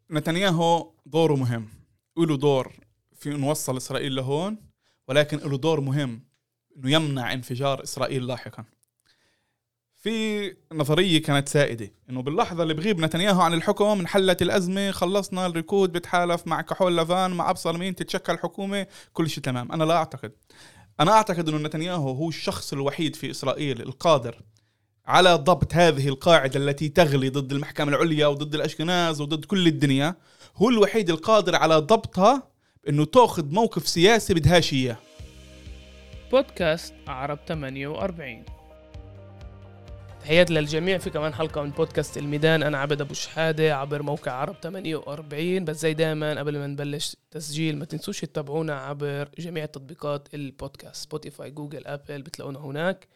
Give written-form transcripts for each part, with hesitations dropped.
نتنياهو دوره مهم، له دور في إنه وصل إسرائيل لهون، ولكن له دور مهم إنه يمنع انفجار إسرائيل لاحقا. في نظرية كانت سائدة إنه باللحظة اللي بغيب نتنياهو عن الحكم انحلت الأزمة، خلصنا الركود بتحالف مع كحول لافان مع أبصر مين، تتشكل حكومة، كل شيء تمام. أنا لا أعتقد. أنا أعتقد إنه نتنياهو هو الشخص الوحيد في إسرائيل القادر على ضبط هذه القاعدة التي تغلي ضد المحكمة العليا وضد الأشكناز وضد كل الدنيا. هو الوحيد القادر على ضبطها إنه تأخذ موقف سياسي بدهاش إياه. بودكاست عرب 48. تحيات للجميع في كمان حلقة من بودكاست الميدان. أنا عبد أبو شحادة عبر موقع عرب 48. بس زي دايما قبل ما نبلش تسجيل ما تنسوش تتابعونا عبر جميع تطبيقات البودكاست، سبوتيفاي، جوجل، أبل، بتلاقونا هناك.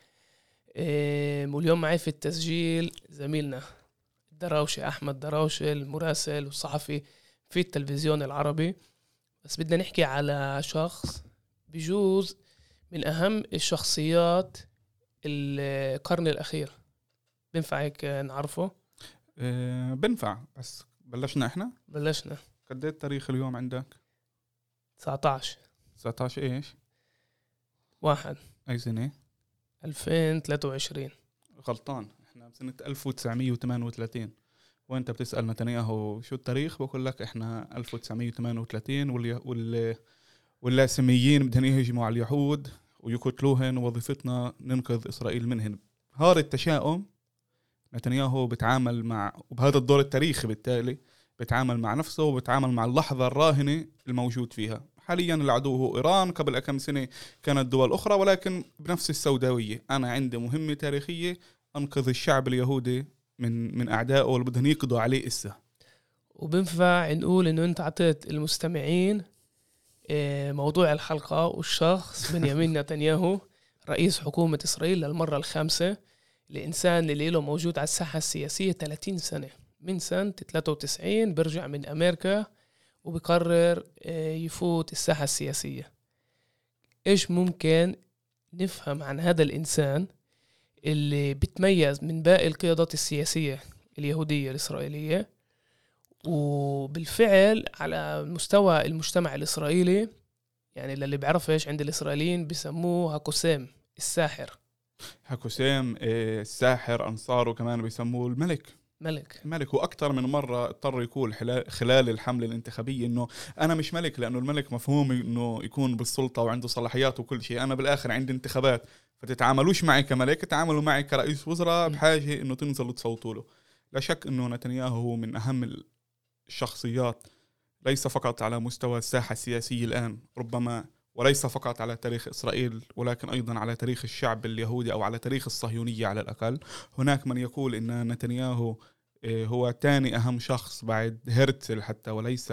واليوم معي في التسجيل زميلنا دراوشة، أحمد دراوشة، المراسل والصحفي في التلفزيون العربي. بس بدنا نحكي على شخص بجوز من أهم الشخصيات القرن الأخير. بنفع هيك نعرفه؟ بنفع. بس بلشنا. قد ايه التاريخ اليوم عندك؟ 19 ايش؟ 1 اي سنة؟ 2023. غلطان، احنا بسنة 1938. وانت بتسأل نتنياهو شو التاريخ، بقول لك احنا 1938 واللاسميين بدهم يهجموا على اليهود ويقتلوهن، ووظيفتنا ننقذ إسرائيل منهن. هذا التشاؤم نتنياهو بتعامل مع، وبهذا الدور التاريخي بالتالي بتعامل مع نفسه وبتعامل مع اللحظة الراهنة الموجود فيها. حاليا العدو هو إيران، قبل كم سنة كانت دول أخرى، ولكن بنفس السوداوية. أنا عندي مهمة تاريخية أنقذ الشعب اليهودي من أعدائه اللي بدهم يقضوا عليه إسا. وبنفع نقول إنه أنت عطيت المستمعين موضوع الحلقة والشخص بنيامين نتنياهو، رئيس حكومة إسرائيل للمرة الخامسة، الإنسان اللي له موجود على الساحة السياسية 30 سنة، من سنة 93 برجع من أمريكا وبقرر يفوت الساحة السياسية. إيش ممكن نفهم عن هذا الإنسان اللي بتميز من باقي القيادات السياسية اليهودية الإسرائيلية، وبالفعل على مستوى المجتمع الإسرائيلي، يعني اللي بيعرفش عند الإسرائيليين بيسموه هاكوسام، الساحر. هاكوسام الساحر، أنصاره كمان بيسموه الملك. وأكثر من مرة اضطر يقول خلال الحملة الانتخابية إنه أنا مش ملك، لأنه الملك مفهوم إنه يكون بالسلطة وعنده صلاحيات وكل شيء. أنا بالآخر عندي انتخابات، فتتعاملوش معي كملك، تعاملوا معي كرئيس وزراء بحاجة إنه تنزلوا تصوتوا له. لا شك إنه نتنياهو هو من أهم الشخصيات، ليس فقط على مستوى الساحة السياسية الآن ربما، وليس فقط على تاريخ إسرائيل، ولكن أيضا على تاريخ الشعب اليهودي أو على تاريخ الصهيونية على الأقل. هناك من يقول إن نتنياهو هو ثاني أهم شخص بعد هرتزل حتى، وليس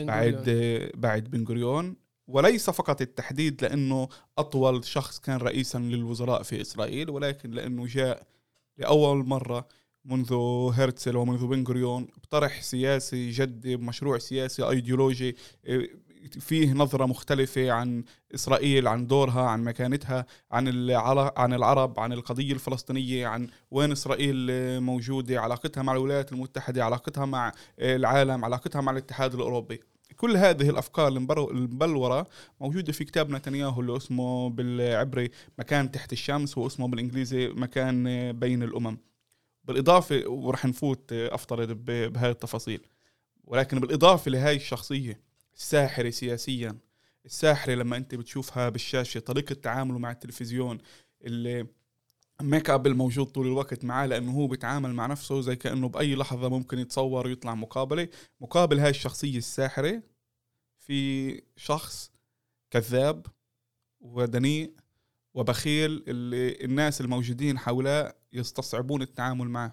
بعد بن غوريون. وليس فقط التحديد لأنه أطول شخص كان رئيسا للوزراء في إسرائيل، ولكن لأنه جاء لأول مرة منذ هرتزل ومنذ بن غوريون بطرح سياسي جدي، بمشروع سياسي أيديولوجي فيه نظرة مختلفة عن إسرائيل، عن دورها، عن مكانتها، عن العرب، عن القضية الفلسطينية، عن وين إسرائيل موجودة، علاقتها مع الولايات المتحدة، علاقتها مع العالم، علاقتها مع الاتحاد الأوروبي. كل هذه الأفكار المبلورة موجودة في كتاب نتنياهو اللي اسمه بالعبري مكان تحت الشمس، واسمه بالإنجليزي مكان بين الأمم. بالإضافة، ورح نفوت أفترض بهاي التفاصيل، ولكن بالإضافة لهاي الشخصية الساحرة سياسيا، الساحرة لما أنت بتشوفها بالشاشة، طريقة تعامله مع التلفزيون، اللي ميك اب الموجود طول الوقت معاه، لأنه هو بيتعامل مع نفسه زي كأنه بأي لحظة ممكن يتصور ويطلع مقابل هاي الشخصية الساحرة في شخص كذاب ودنيء وبخيل، اللي الناس الموجودين حوله يستصعبون التعامل معه،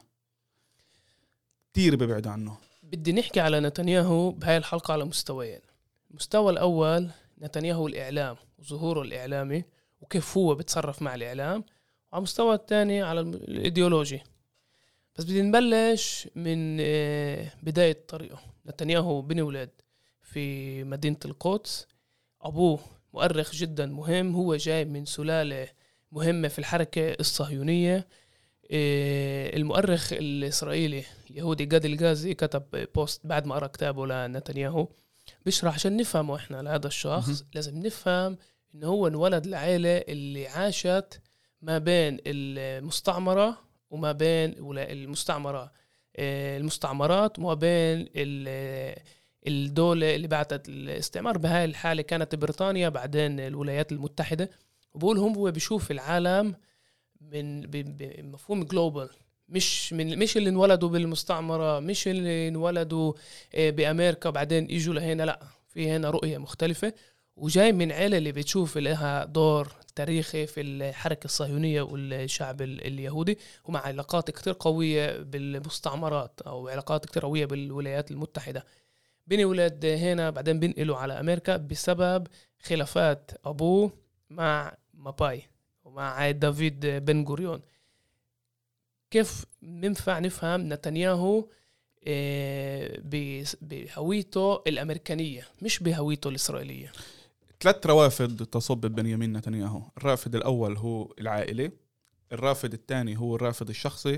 كتير ببعد عنه. بدي نحكي على نتنياهو بهاي الحلقة على مستويين. المستوى الأول نتنياهو الإعلام وظهوره الإعلامي وكيف هو بتصرف مع الإعلام، وعلى المستوى الثاني على الإيديولوجي. بس بدي نبلش من بداية طريقه. نتنياهو بن ولد في مدينة القدس، أبوه مؤرخ جدا مهم، هو جاي من سلالة مهمة في الحركة الصهيونية. المؤرخ الإسرائيلي اليهودي جاد الغازي كتب بوست بعد ما قرأ كتابه لنتنياهو بيشرح عشان نفهمه إحنا لهذا الشخص لازم نفهم إنه هو انولد لعائلة اللي عاشت ما بين المستعمرة وما بين المستعمرات وما بين الدولة اللي بعتت الاستعمار. بهاي الحالة كانت بريطانيا بعدين الولايات المتحدة. وبقول هو بيشوف العالم من بمفهوم جلوبال، مش اللي انولدوا بالمستعمرة، مش اللي انولدوا بأمريكا بعدين يجوا لهنا، لا، في هنا رؤية مختلفة. وجاي من عائلة اللي بتشوف لها دور تاريخي في الحركة الصهيونية والشعب اليهودي، ومع علاقات كتير قوية بالمستعمرات أو علاقات كتير قوية بالولايات المتحدة. بني ولاد هنا بعدين بنقلوا على أمريكا بسبب خلافات أبوه مع ماباي ومع دافيد بن غوريون. كيف ينفع نفهم نتنياهو بهويته الأمريكانية مش بهويته الإسرائيلية؟ 3 روافد تصب بنيامين نتنياهو. الرافد الأول هو العائلة، الرافد الثاني هو الرافد الشخصي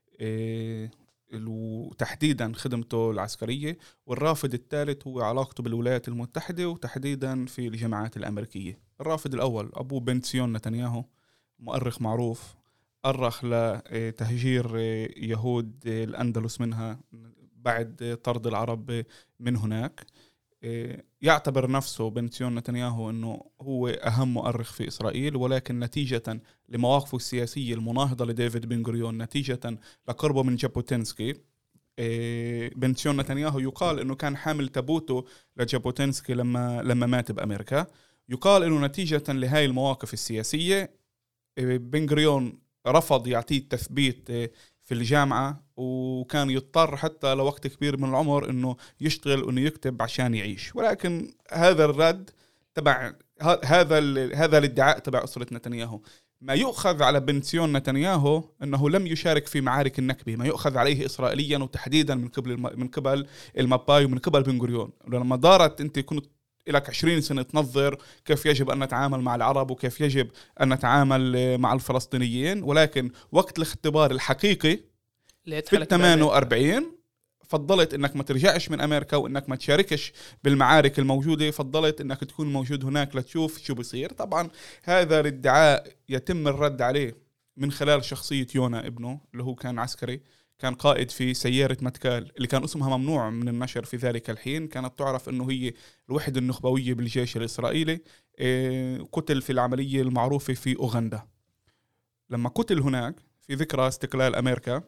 وتحديدا خدمته العسكرية، والرافد الثالث هو علاقته بالولايات المتحدة وتحديدا في الجامعات الأمريكية. الرافد الأول أبو بنسيون نتنياهو، مؤرخ معروف، أرخ لتهجير يهود الأندلس منها بعد طرد العرب من هناك. يعتبر نفسه بنسيون نتنياهو أنه هو أهم مؤرخ في إسرائيل، ولكن نتيجة لمواقفه السياسية المناهضة لديفيد بن غوريون، نتيجة لقربه من جابوتينسكي، بنسيون نتنياهو يقال أنه كان حامل تابوته لجابوتينسكي لما مات بأمريكا. يقال أنه نتيجة لهاي المواقف السياسية بن غوريون رفض يعطيه التثبيت في الجامعة، وكان يضطر حتى لوقت كبير من العمر انه يشتغل وانه يكتب عشان يعيش. ولكن هذا الرد تبع هذا الادعاء تبع أسرة نتنياهو ما يؤخذ على بنسيون نتنياهو انه لم يشارك في معارك النكبة، ما يؤخذ عليه اسرائيليا وتحديدا من قبل الماباي ومن قبل بن غوريون. لما دارت انت كنت لك 20 سنة تنظر كيف يجب أن نتعامل مع العرب وكيف يجب أن نتعامل مع الفلسطينيين، ولكن وقت الاختبار الحقيقي في 48 فضلت أنك ما ترجعش من أمريكا وأنك ما تشاركش بالمعارك الموجودة، فضلت أنك تكون موجود هناك لتشوف شو بيصير. طبعا هذا الادعاء يتم الرد عليه من خلال شخصية يونا ابنه اللي هو كان عسكري، كان قائد في سيارة متكال اللي كان اسمها ممنوع من النشر في ذلك الحين، كانت تعرف أنه هي الوحدة النخبوية بالجيش الإسرائيلي. قتل في العملية المعروفة في أوغندا. لما قتل هناك في ذكرى استقلال أمريكا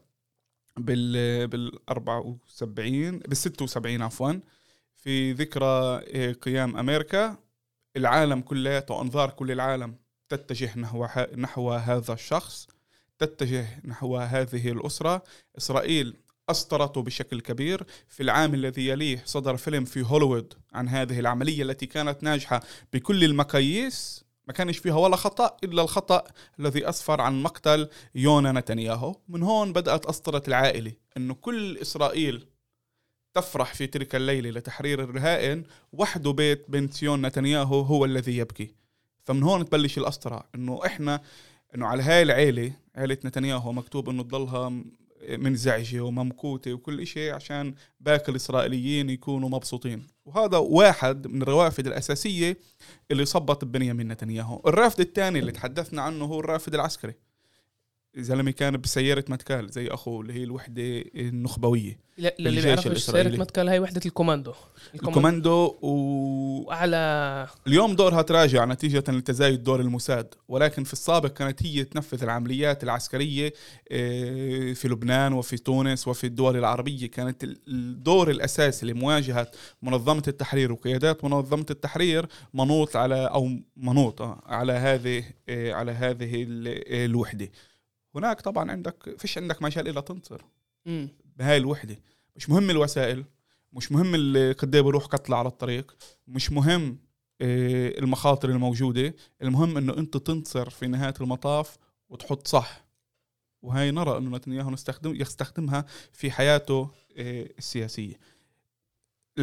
بال76 عفوا، في ذكرى قيام أمريكا، العالم كله وأنظار كل العالم تتجه نحو هذا الشخص، تتجه نحو هذه الأسرة. إسرائيل أسطرته بشكل كبير. في العام الذي يليه صدر فيلم في هوليوود عن هذه العملية التي كانت ناجحة بكل المقاييس، ما كانش فيها ولا خطأ إلا الخطأ الذي أسفر عن مقتل يونا نتنياهو. من هون بدأت أسطرة العائلة أنه كل إسرائيل تفرح في تلك الليلة لتحرير الرهائن، وحده بيت بنسيون نتنياهو هو الذي يبكي. فمن هون تبلش الأسطرة أنه على هاي العائلة، عائلة نتنياهو، مكتوب أنه تضلها منزعجة وممكوتة وكل شيء عشان باقي الإسرائيليين يكونوا مبسوطين. وهذا واحد من الروافد الأساسية اللي صبت بنيامين نتنياهو. الرافد الثاني اللي تحدثنا عنه هو الرافد العسكري. زلمة كان بسيارة متكال زي أخوه اللي هي الوحدة النخبوية. اللي بيعرفش سيارة متكال هاي وحدة الكوماندو وعلى اليوم دورها تراجع نتيجة لتزايد دور الموساد، ولكن في السابق كانت هي تنفذ العمليات العسكرية في لبنان وفي تونس وفي الدول العربية. كانت الدور الأساسي لمواجهة منظمة التحرير وقيادات منظمة التحرير منوط على هذه الوحدة. هناك طبعا فيش عندك مجال إلا تنتصر بهاي الوحدة. مش مهم الوسائل، مش مهم قد ايه بروح قتل على الطريق، مش مهم المخاطر الموجودة، المهم انه انت تنتصر في نهاية المطاف وتحط صح. وهي نرى انه نتنياهو يستخدمها في حياته السياسية.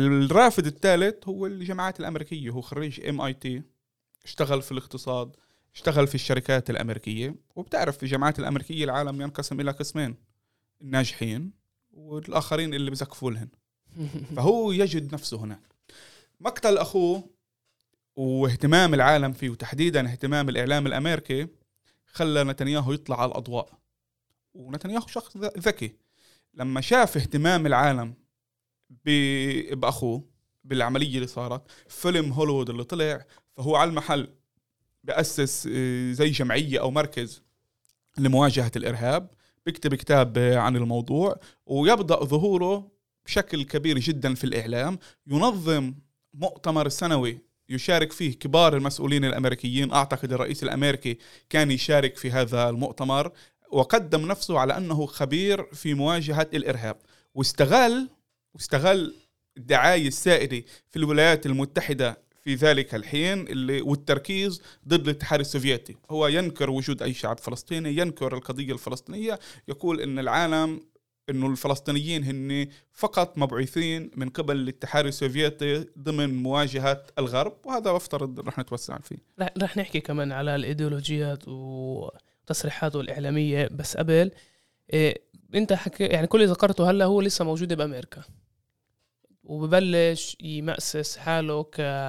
الرافد الثالث هو الجامعات الأمريكية، هو خريج MIT، اشتغل في الاقتصاد، اشتغل في الشركات الأمريكية، وبتعرف في الجامعات الأمريكية العالم ينقسم إلى قسمين، الناجحين والآخرين اللي بزكفوا لهن. فهو يجد نفسه هناك. مقتل أخوه واهتمام العالم فيه وتحديدا اهتمام الإعلام الأمريكي خلى نتنياهو يطلع على الأضواء. ونتنياهو شخص ذكي، لما شاف اهتمام العالم بأخوه بالعملية اللي صارت، فيلم هوليوود اللي طلع، فهو على المحل بأسس زي جمعية أو مركز لمواجهة الإرهاب، بيكتب كتاب عن الموضوع، ويبدأ ظهوره بشكل كبير جدا في الإعلام. ينظم مؤتمر سنوي يشارك فيه كبار المسؤولين الأمريكيين، أعتقد الرئيس الأمريكي كان يشارك في هذا المؤتمر، وقدم نفسه على أنه خبير في مواجهة الإرهاب. واستغل الدعاية السائدة في الولايات المتحدة في ذلك الحين والتركيز ضد الاتحاد السوفيتي. هو ينكر وجود أي شعب فلسطيني، ينكر القضية الفلسطينية، يقول أن العالم إنه الفلسطينيين هن فقط مبعوثين من قبل الاتحاد السوفيتي ضمن مواجهة الغرب، وهذا بفترض رح نتوسع فيه. رح نحكي كمان على الإيديولوجيات وتصريحاته الإعلامية، بس قبل أنت حكي يعني كل اللي ذكرته هلا هو لسه موجود بأمريكا، وببلش يمأسس حاله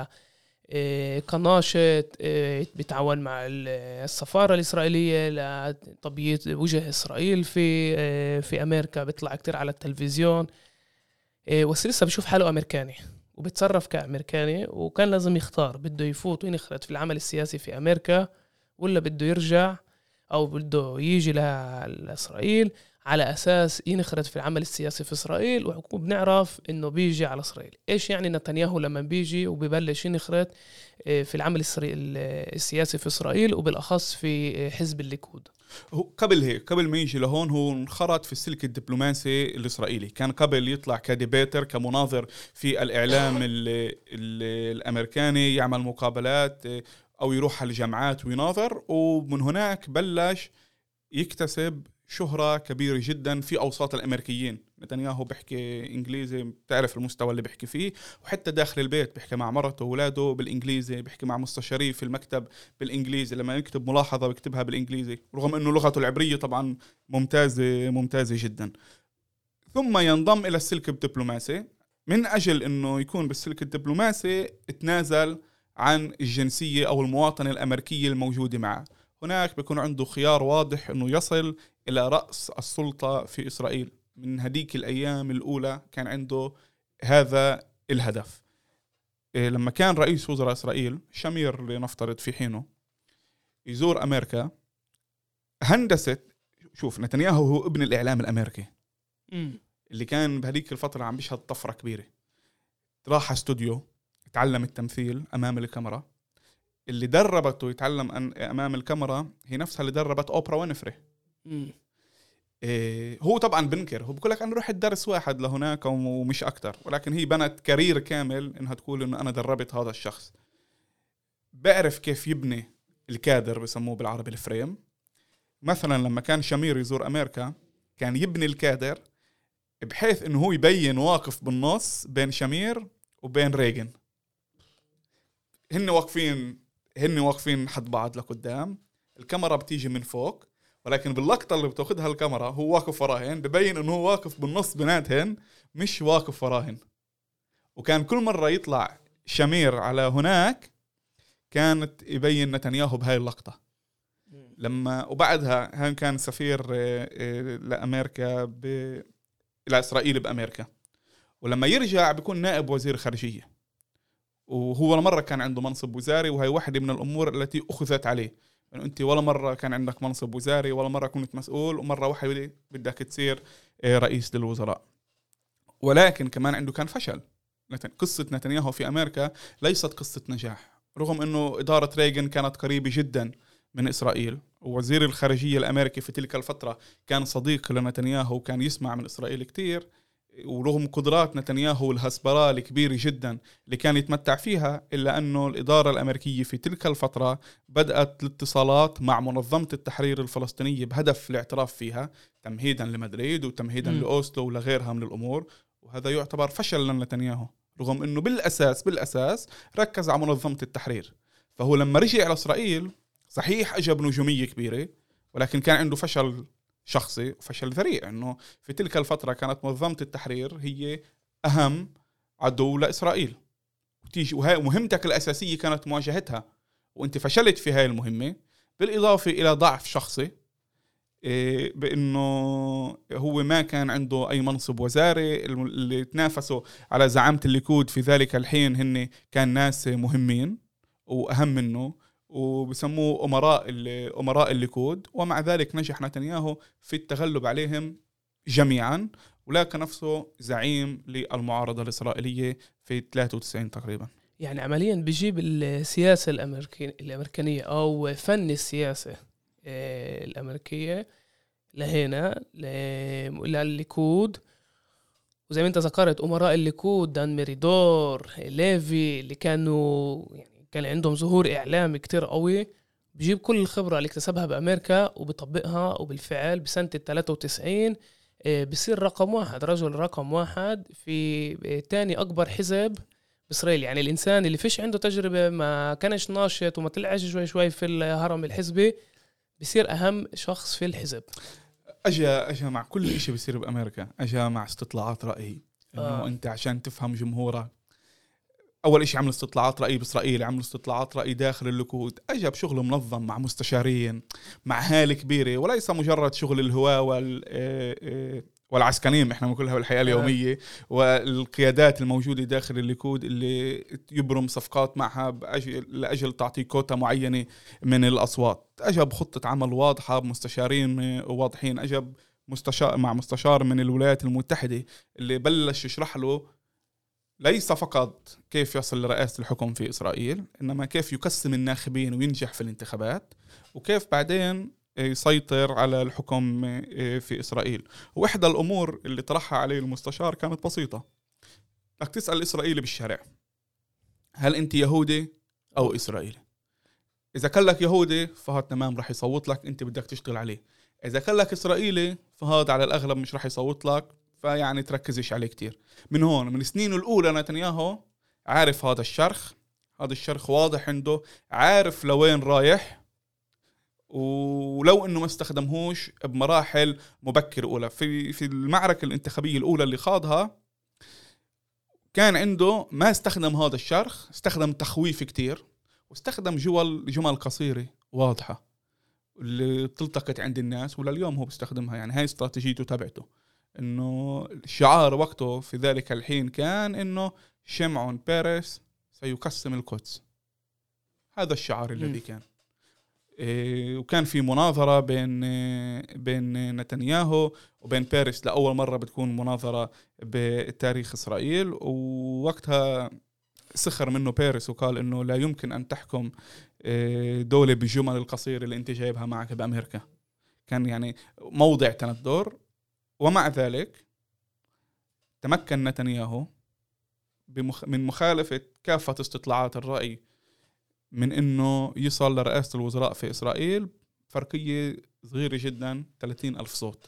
كناشط بيتعاون مع السفارة الإسرائيلية لتبييض وجه إسرائيل في أمريكا، بيطلع كتير على التلفزيون، بس لسه بيشوف حاله أمريكاني وبيتصرف كأمريكاني، وكان لازم يختار بده يفوت وينخرط في العمل السياسي في أمريكا ولا بده يرجع أو بده يجي لإسرائيل على أساس ينخرط في العمل السياسي في إسرائيل. وبنعرف إنه بيجي على إسرائيل. إيش يعني نتنياهو لما بيجي وبيبلش ينخرط في العمل السياسي في إسرائيل وبالأخص في حزب الليكود؟ قبل ما يجي لهون هو انخرط في السلك الدبلوماسي الإسرائيلي. كان قبل يطلع كديبيتر، كمناظر في الإعلام الأمريكاني، يعمل مقابلات أو يروح على الجامعات ويناظر، ومن هناك بلش يكتسب شهرة كبيرة جدا في أوساط الأمريكيين. نتنياهو بيحكي إنجليزي، بتعرف المستوى اللي بيحكي فيه، وحتى داخل البيت بيحكي مع مرته وولاده بالإنجليزي، بيحكي مع مستشاريه في المكتب بالإنجليزي، لما يكتب ملاحظة بيكتبها بالإنجليزي، رغم أنه لغته العبرية طبعا ممتازة جدا. ثم ينضم إلى السلك الدبلوماسي. من أجل أنه يكون بالسلك الدبلوماسي تنازل عن الجنسية أو المواطنة الأمريكية الموجودة معه. هناك بيكون عنده خيار واضح أنه يصل إلى رأس السلطة في إسرائيل. من هديك الأيام الأولى كان عنده هذا الهدف. لما كان رئيس وزراء إسرائيل شامير لنفترض في حينه يزور أمريكا، هندسة، شوف نتنياهو هو ابن الإعلام الأمريكي اللي كان بهديك الفترة عم بيشهد طفرة كبيرة. راح استوديو، تعلم التمثيل أمام الكاميرا. اللي دربته يتعلم أمام الكاميرا هي نفسها اللي دربت أوبرا وينفري. هو طبعا بنكر، هو بقول لك أنا رحت درس واحد لهناك ومش أكتر، ولكن هي بنت كارير كامل إنها تقول إنه أنا دربت هذا الشخص. بعرف كيف يبني الكادر، بسموه بالعربي الفريم. مثلا لما كان شامير يزور أمريكا كان يبني الكادر بحيث إنه هو يبين واقف بالنص بين شامير وبين ريغن. هن واقفين حد بعض لقدام، الكاميرا بتيجي من فوق، ولكن باللقطة اللي بتاخدها الكاميرا هو واقف وراهن، ببين انه هو واقف بالنص بيناتهن، مش واقف وراهن. وكان كل مرة يطلع شامير على هناك كانت يبين نتنياهو بهاي اللقطة. وبعدها كان سفير لأمريكا إلى إسرائيل بأمريكا، ولما يرجع بيكون نائب وزير خارجية، وهو ولا مرة كان عنده منصب وزاري. وهي واحدة من الأمور التي أخذت عليه، يعني أنت ولا مرة كان عندك منصب وزاري، ولا مرة كنت مسؤول، ومرة واحدة بدك تصير رئيس للوزراء. ولكن كمان عنده كان فشل. قصة نتنياهو في أمريكا ليست قصة نجاح، رغم أنه إدارة ريغن كانت قريبة جدا من إسرائيل، ووزير الخارجية الأمريكي في تلك الفترة كان صديق لنتنياهو وكان يسمع من إسرائيل كتير. ورغم قدرات نتنياهو الهسبرة الكبيرة جدا اللي كان يتمتع فيها، إلا أنه الإدارة الأمريكية في تلك الفترة بدأت الاتصالات مع منظمة التحرير الفلسطينية بهدف الاعتراف فيها، تمهيدا لمدريد وتمهيدا لأوسلو ولغيرها من الأمور. وهذا يعتبر فشل لنتنياهو، رغم أنه بالأساس ركز على منظمة التحرير. فهو لما رجع إلى إسرائيل صحيح أجى بنجومية كبيرة، ولكن كان عنده فشل شخصي وفشل ذريع، إنه في تلك الفترة كانت منظمة التحرير هي أهم عدو لإسرائيل، وهي مهمتك الأساسية كانت مواجهتها، وأنت فشلت في هاي المهمة، بالإضافة إلى ضعف شخصي بأنه هو ما كان عنده أي منصب وزاري. اللي تنافسوا على زعامة الليكود في ذلك الحين هن كان ناس مهمين وأهم منه، وبسموه أمراء الليكود، ومع ذلك نجح نتنياهو في التغلب عليهم جميعا، ولقى نفسه زعيم للمعارضة الإسرائيلية في 93 تقريبا. يعني عمليا بيجيب السياسة الأمريكانية أو فن السياسة الأمريكية لهنا للليكود، وزي ما انت ذكرت أمراء الليكود دان ميريدور ليفي اللي كانوا يعني كان عندهم ظهور إعلامي كتير قوي، بيجيب كل الخبرة اللي اكتسبها بأمريكا وبيطبقها، وبالفعل بسنة 93 بيصير رجل رقم واحد في تاني أكبر حزب بإسرائيل. يعني الإنسان اللي فيش عنده تجربة، ما كانش ناشط وما طلعش شوي في الهرم الحزبي، بيصير أهم شخص في الحزب. أجا مع كل إشي بيصير بأمريكا، أجا مع استطلاعات رأي، إنه أنت عشان تفهم جمهورك. أول إشي عمل استطلاعات رأي بإسرائيل، عمل استطلاعات رأي داخل الليكود، أجا بشغل منظم مع مستشارين، مع هالة كبيرة، وليس مجرد شغل الهواة والعسكريين احنا بنقولها بالحياة اليومية، والقيادات الموجودة داخل الليكود اللي يبرم صفقات معها لأجل تعطي كوتا معينة من الأصوات. أجا بخطة عمل واضحة بمستشارين واضحين، أجا مستشار من الولايات المتحدة اللي بلش يشرح له ليس فقط كيف يصل لرئاسة الحكم في إسرائيل، إنما كيف يقسم الناخبين وينجح في الانتخابات، وكيف بعدين يسيطر على الحكم في إسرائيل. وإحدى الأمور اللي طرحها عليه المستشار كانت بسيطة، بدك تسأل الإسرائيلي بالشارع هل أنت يهودي أو إسرائيلي؟ إذا كان لك يهودي فهذا تمام رح يصوت لك، أنت بدك تشتغل عليه. إذا كان لك إسرائيلي فهذا على الأغلب مش رح يصوت لك، فيعني تركزش عليه كتير. من هون من السنين الأولى نتنياهو عارف هذا الشرخ واضح عنده، عارف لوين رايح، ولو انه ما استخدمهوش بمراحل مبكرة اولى في المعركة الانتخابية الاولى اللي خاضها، كان عنده ما استخدم هذا الشرخ، استخدم تخويف كتير، واستخدم جمل قصيرة واضحة اللي تلتقط عند الناس، ولليوم هو بيستخدمها. يعني هاي استراتيجيته تبعته، انه الشعار وقته في ذلك الحين كان انه شمعون بيريس سيقسم القدس. هذا الشعار الذي كان. وكان في مناظرة بين نتنياهو وبين بيريس، لأول مرة بتكون مناظرة بتاريخ إسرائيل، ووقتها سخر منه بيريس وقال إنه لا يمكن أن تحكم دولة بالجمل القصيرة اللي أنت جايبها معك بأمريكا. كان يعني موضع تندر. ومع ذلك تمكن نتنياهو من مخالفة كافة استطلاعات الرأي من إنه يصل لرئاسة الوزراء في إسرائيل فرقية صغيرة جدا، 30,000 صوت.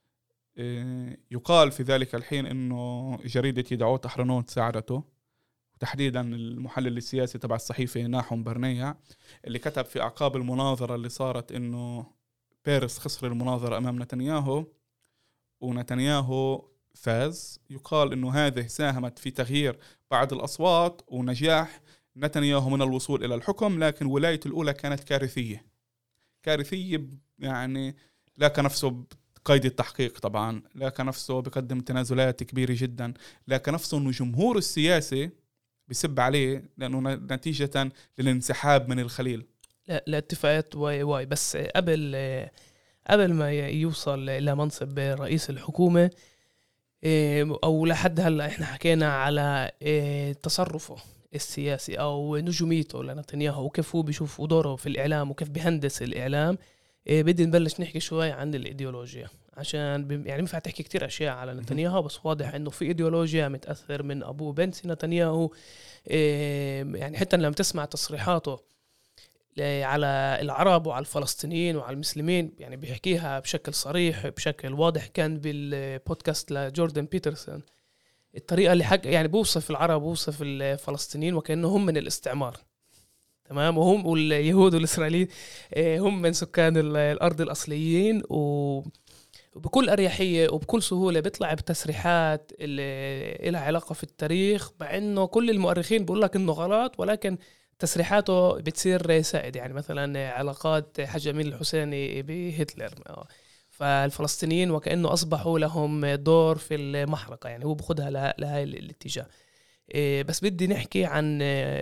يقال في ذلك الحين إنه جريدة يدعوت أحرنوت ساعدته، وتحديدا المحلل السياسي تبع الصحيفة ناحوم برنيع اللي كتب في أعقاب المناظرة اللي صارت إنه بيريس خسر المناظرة أمام نتنياهو ونتنياهو فاز. يقال إنه هذه ساهمت في تغيير بعض الأصوات ونجاح نتنياهو من الوصول إلى الحكم، لكن ولايته الأولى كانت كارثية. يعني لاقى نفسه بقيد التحقيق، طبعا لاقى نفسه بقدم تنازلات كبيرة جدا، لاقى نفسه أنه جمهور السياسي بيسب عليه لأنه نتيجة للانسحاب من الخليل. لا اتفاقات واي بس قبل ما يوصل إلى منصب رئيس الحكومة، أو لحد هلأ إحنا حكينا على تصرفه السياسي أو نجوميته لنتنياهو وكيف هو بيشوف دوره في الإعلام وكيف بيهندس الإعلام. بدي نبلش نحكي شوي عن الإيديولوجيا، عشان يعني مفع تحكي كتير أشياء على نتنياهو، بس واضح إنه في إيديولوجيا متأثر من أبوه بنسي نتنياهو. يعني حتى لما تسمع تصريحاته على العرب وعلى الفلسطينيين وعلى المسلمين، يعني بيحكيها بشكل صريح بشكل واضح. كان بالبودكاست لجوردن بيترسون الطريقة اللي يعني بوصف العرب بوصف الفلسطينيين وكأنهم من الاستعمار. تمام. وهم واليهود والإسرائيليين هم من سكان الأرض الأصليين، وبكل أريحية وبكل سهولة بيطلع بتسريحات اللي لها علاقة في التاريخ، مع إنه كل المؤرخين بيقول لك إنه غلط، ولكن تسريحاته بتصير سائد. يعني مثلا علاقات حاج أمين الحسيني بهتلر، فالفلسطينيين وكأنه أصبحوا لهم دور في المحرقة، يعني هو بخدها لهاي الاتجاه. بس بدي نحكي عن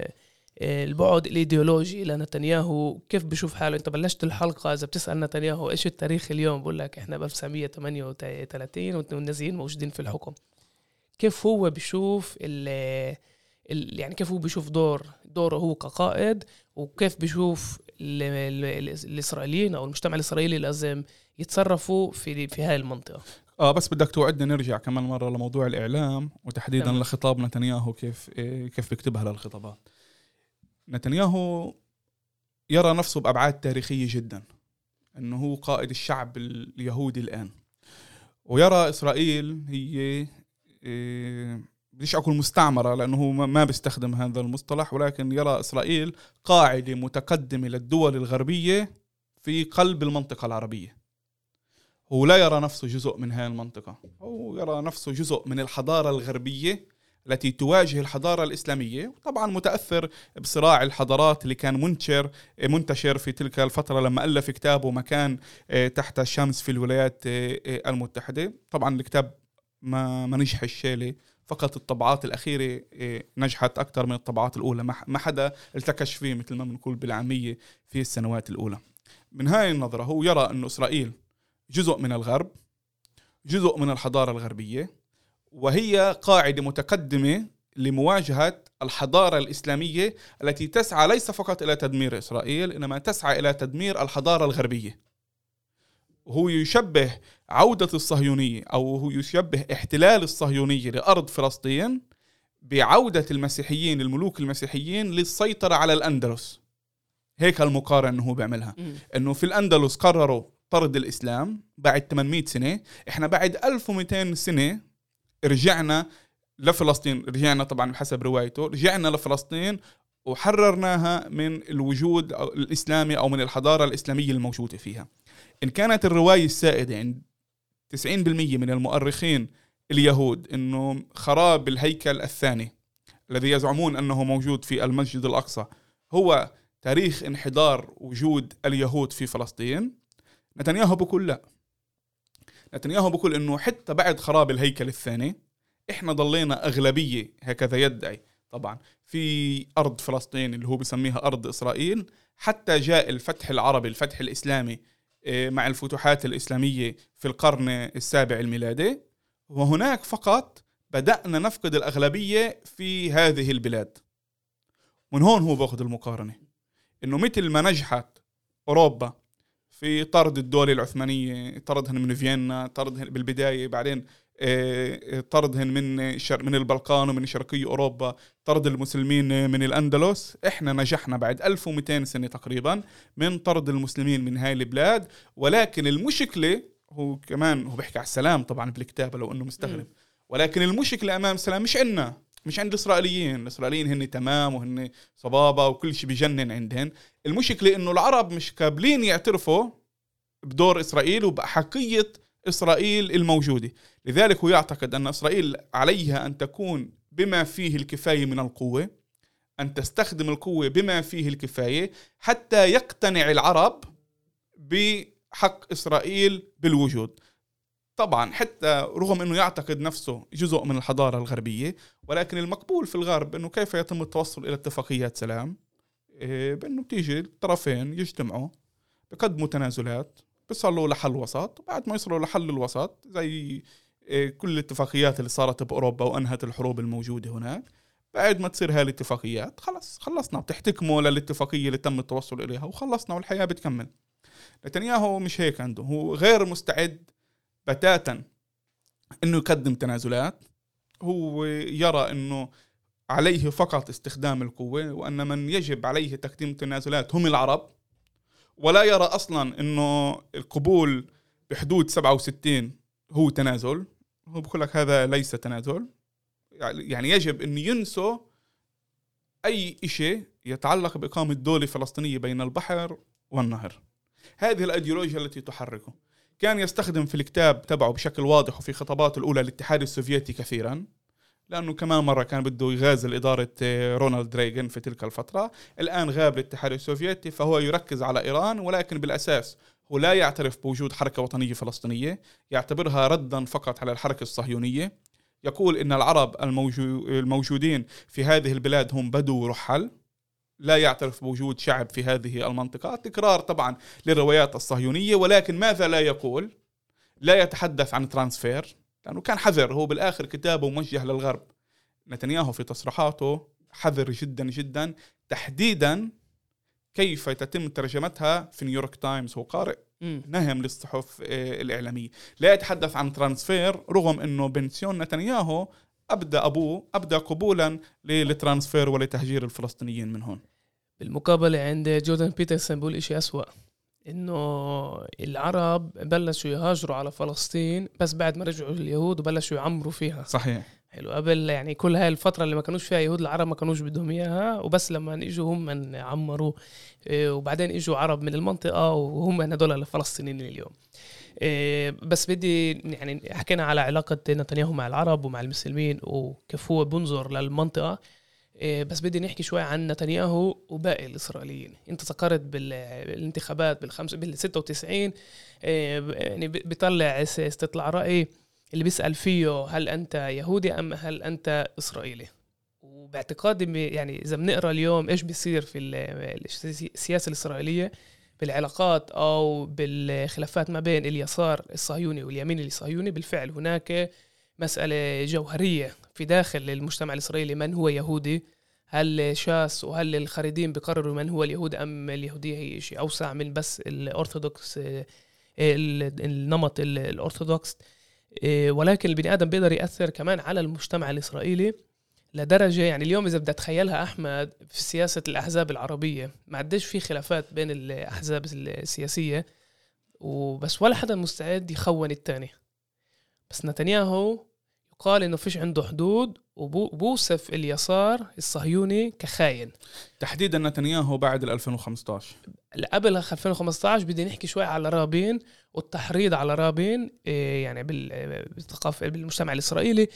البعد الإيديولوجي لنتنياهو، كيف بشوف حاله. انت بلشت الحلقة إذا بتسأل نتنياهو إيش التاريخ اليوم، بقول لك إحنا ب 1938 والنازيين موجودين في الحكم. كيف هو بشوف يعني كيف هو بشوف دوره هو كقائد، وكيف بشوف الإسرائيليين أو المجتمع الإسرائيلي لازم يتصرفوا في هاي المنطقة. بس بدك توعدنا نرجع كمان مرة لموضوع الإعلام، وتحديدا لخطاب نتنياهو، كيف بيكتبها للخطابات. نتنياهو يرى نفسه بأبعاد تاريخية جدا، أنه هو قائد الشعب اليهودي الآن، ويرى إسرائيل هي بديش أقول مستعمرة لأنه هو ما بيستخدم هذا المصطلح، ولكن يرى إسرائيل قاعدة متقدمة للدول الغربية في قلب المنطقة العربية. هو لا يرى نفسه جزء من هذه المنطقة، هو يرى نفسه جزء من الحضارة الغربية التي تواجه الحضارة الإسلامية، وطبعا متأثر بصراع الحضارات اللي كان منتشر في تلك الفترة لما ألف كتابه مكان تحت الشمس في الولايات المتحدة. طبعا الكتاب ما نجح الشيلة، فقط الطبعات الأخيرة نجحت أكثر من الطبعات الأولى، ما حدا التكش فيه مثل ما بنقول بالعامية في السنوات الأولى. من هاي النظرة هو يرى أن إسرائيل جزء من الغرب، جزء من الحضارة الغربية، وهي قاعدة متقدمة لمواجهة الحضارة الإسلامية التي تسعى ليس فقط إلى تدمير إسرائيل، إنما تسعى إلى تدمير الحضارة الغربية. هو يشبه عودة الصهيونية، أو هو يشبه احتلال الصهيونية لأرض فلسطين بعودة المسيحيين، الملوك المسيحيين للسيطرة على الأندلس. هيك المقارنة أنه هو بيعملها، أنه في الأندلس قرروا طرد الإسلام بعد 800 سنة، إحنا بعد 1200 سنة رجعنا لفلسطين، رجعنا طبعا بحسب روايته، رجعنا لفلسطين وحررناها من الوجود الإسلامي أو من الحضارة الإسلامية الموجودة فيها. إن كانت الرواية السائدة عند 90% من المؤرخين اليهود إنه خراب الهيكل الثاني الذي يزعمون أنه موجود في المسجد الأقصى هو تاريخ انحدار وجود اليهود في فلسطين، نتنياهو بيقول لا. نتنياهو بيقول إنه حتى بعد خراب الهيكل الثاني إحنا ضلينا أغلبية، هكذا يدعي طبعا، في أرض فلسطين اللي هو بيسميها أرض إسرائيل، حتى جاء الفتح العربي، الفتح الإسلامي مع الفتوحات الإسلامية في القرن السابع الميلادي، وهناك فقط بدأنا نفقد الأغلبية في هذه البلاد. من هون هو بأخذ المقارنة، إنه مثل ما نجحت أوروبا في طرد الدولة العثمانية، طردهن من فيينا، طردهن بالبداية، بعدين طردهن من البلقان ومن شرقي أوروبا، طرد المسلمين من الأندلس، إحنا نجحنا بعد 1200 سنة تقريبا من طرد المسلمين من هاي البلاد. ولكن المشكلة هو كمان هو بيحكي على السلام طبعا بالكتابة لو إنه مستغرب، ولكن المشكلة أمام السلام مش عند الإسرائيليين هن تمام وهن صبابة وكل شيء بيجنن عندهن. المشكلة إنه العرب مش قابلين يعترفوا بدور إسرائيل وبأحقية إسرائيل الموجودة. لذلك هو يعتقد أن إسرائيل عليها أن تكون بما فيه الكفاية من القوة، أن تستخدم القوة بما فيه الكفاية حتى يقتنع العرب بحق إسرائيل بالوجود. طبعا حتى رغم أنه يعتقد نفسه جزء من الحضارة الغربية، ولكن المقبول في الغرب أنه كيف يتم التوصل إلى اتفاقيات سلام، بأنه بتيجي الطرفين يجتمعوا بقدموا تنازلات، بيصلوا لحل وسط، وبعد ما يصلوا لحل الوسط زي كل الاتفاقيات اللي صارت بأوروبا وأنهت الحروب الموجودة هناك، بعد ما تصير هاي الاتفاقيات خلص خلصنا، بتحتكموا للاتفاقية اللي تم التوصل إليها وخلصنا والحياة بتكمل. نتنياهو مش هيك عنده، هو غير مستعد بتاتا انه يقدم تنازلات. هو يرى انه عليه فقط استخدام القوة، وان من يجب عليه تقديم تنازلات هم العرب، ولا يرى اصلا انه القبول بحدود 67 هو تنازل. هو بقول لك هذا ليس تنازل، يعني يجب ان ينسوا اي شيء يتعلق بإقامة دولة فلسطينية بين البحر والنهر. هذه الأيديولوجيا التي تحركه. كان يستخدم في الكتاب تبعه بشكل واضح وفي خطاباته الأولى الاتحاد السوفيتي كثيرا، لأنه كمان مرة كان بده يغازل إدارة رونالد ريغان في تلك الفترة. الآن غاب الاتحاد السوفيتي، فهو يركز على إيران، ولكن بالأساس هو لا يعترف بوجود حركة وطنية فلسطينية، يعتبرها ردا فقط على الحركة الصهيونية. يقول إن العرب الموجودين في هذه البلاد هم بدو رحل، لا يعترف بوجود شعب في هذه المنطقة. تكرار طبعا للروايات الصهيونية، ولكن ماذا لا يقول؟ لا يتحدث عن ترانسفير، لأنه كان حذر. هو بالآخر كتابه موجه للغرب. نتنياهو في تصريحاته حذر جدا جدا، تحديدا كيف تتم ترجمتها في نيويورك تايمز. هو قارئ نهم للصحف الإعلامية. لا يتحدث عن ترانسفير، رغم أنه بنسيون نتنياهو أبدأ قبولا للترانسفير ولتهجير الفلسطينيين من هون. بالمقابلة عند جوردن بيترسون بيقول إشي أسوأ، إنه العرب بلشوا يهاجروا على فلسطين بس بعد ما رجعوا اليهود وبلشوا يعمروا فيها. صحيح. حلو. قبل يعني كل هاي الفترة اللي ما كانوش فيها يهود، العرب ما كانوش بدهم إياها، وبس لما إجوا هم من عمروا، وبعدين إجوا عرب من المنطقة وهم هدول الفلسطينيين اليوم. بس بدي يعني حكينا على علاقة نتنياهو مع العرب ومع المسلمين وكيف هو بنظر للمنطقة. بس بدي نحكي شوي عن نتنياهو وباقي الإسرائيليين. انت ذكرت بالانتخابات بال96 يعني بيطلع استطلاع رأي اللي بيسأل فيه هل أنت يهودي أم هل أنت إسرائيلي. وباعتقادي يعني إذا بنقرأ اليوم إيش بيصير في السياسة الإسرائيلية بالعلاقات أو بالخلافات ما بين اليسار الصهيوني واليمين الصهيوني، بالفعل هناك مسألة جوهرية في داخل المجتمع الإسرائيلي. من هو يهودي؟ هل شاس وهل الخريدين بيقرروا من هو اليهود، أم اليهودية هي شيء أوسع من بس الأرثوذكس، النمط الأرثوذكس؟ ولكن البني آدم بيقدر يأثر كمان على المجتمع الإسرائيلي لدرجة يعني اليوم إذا بدأ تخيلها أحمد في سياسة الأحزاب العربية، ما عدش في خلافات بين الأحزاب السياسية وبس ولا حدا مستعد يخون التاني. بس نتنياهو يقال إنه فيش عنده حدود، وبوصف اليسار الصهيوني كخاين. تحديدا نتنياهو بعد 2015. قبل 2015 بدي نحكي شوي على رابين والتحريض على رابين. يعني بالثقافة بالمجتمع الإسرائيلي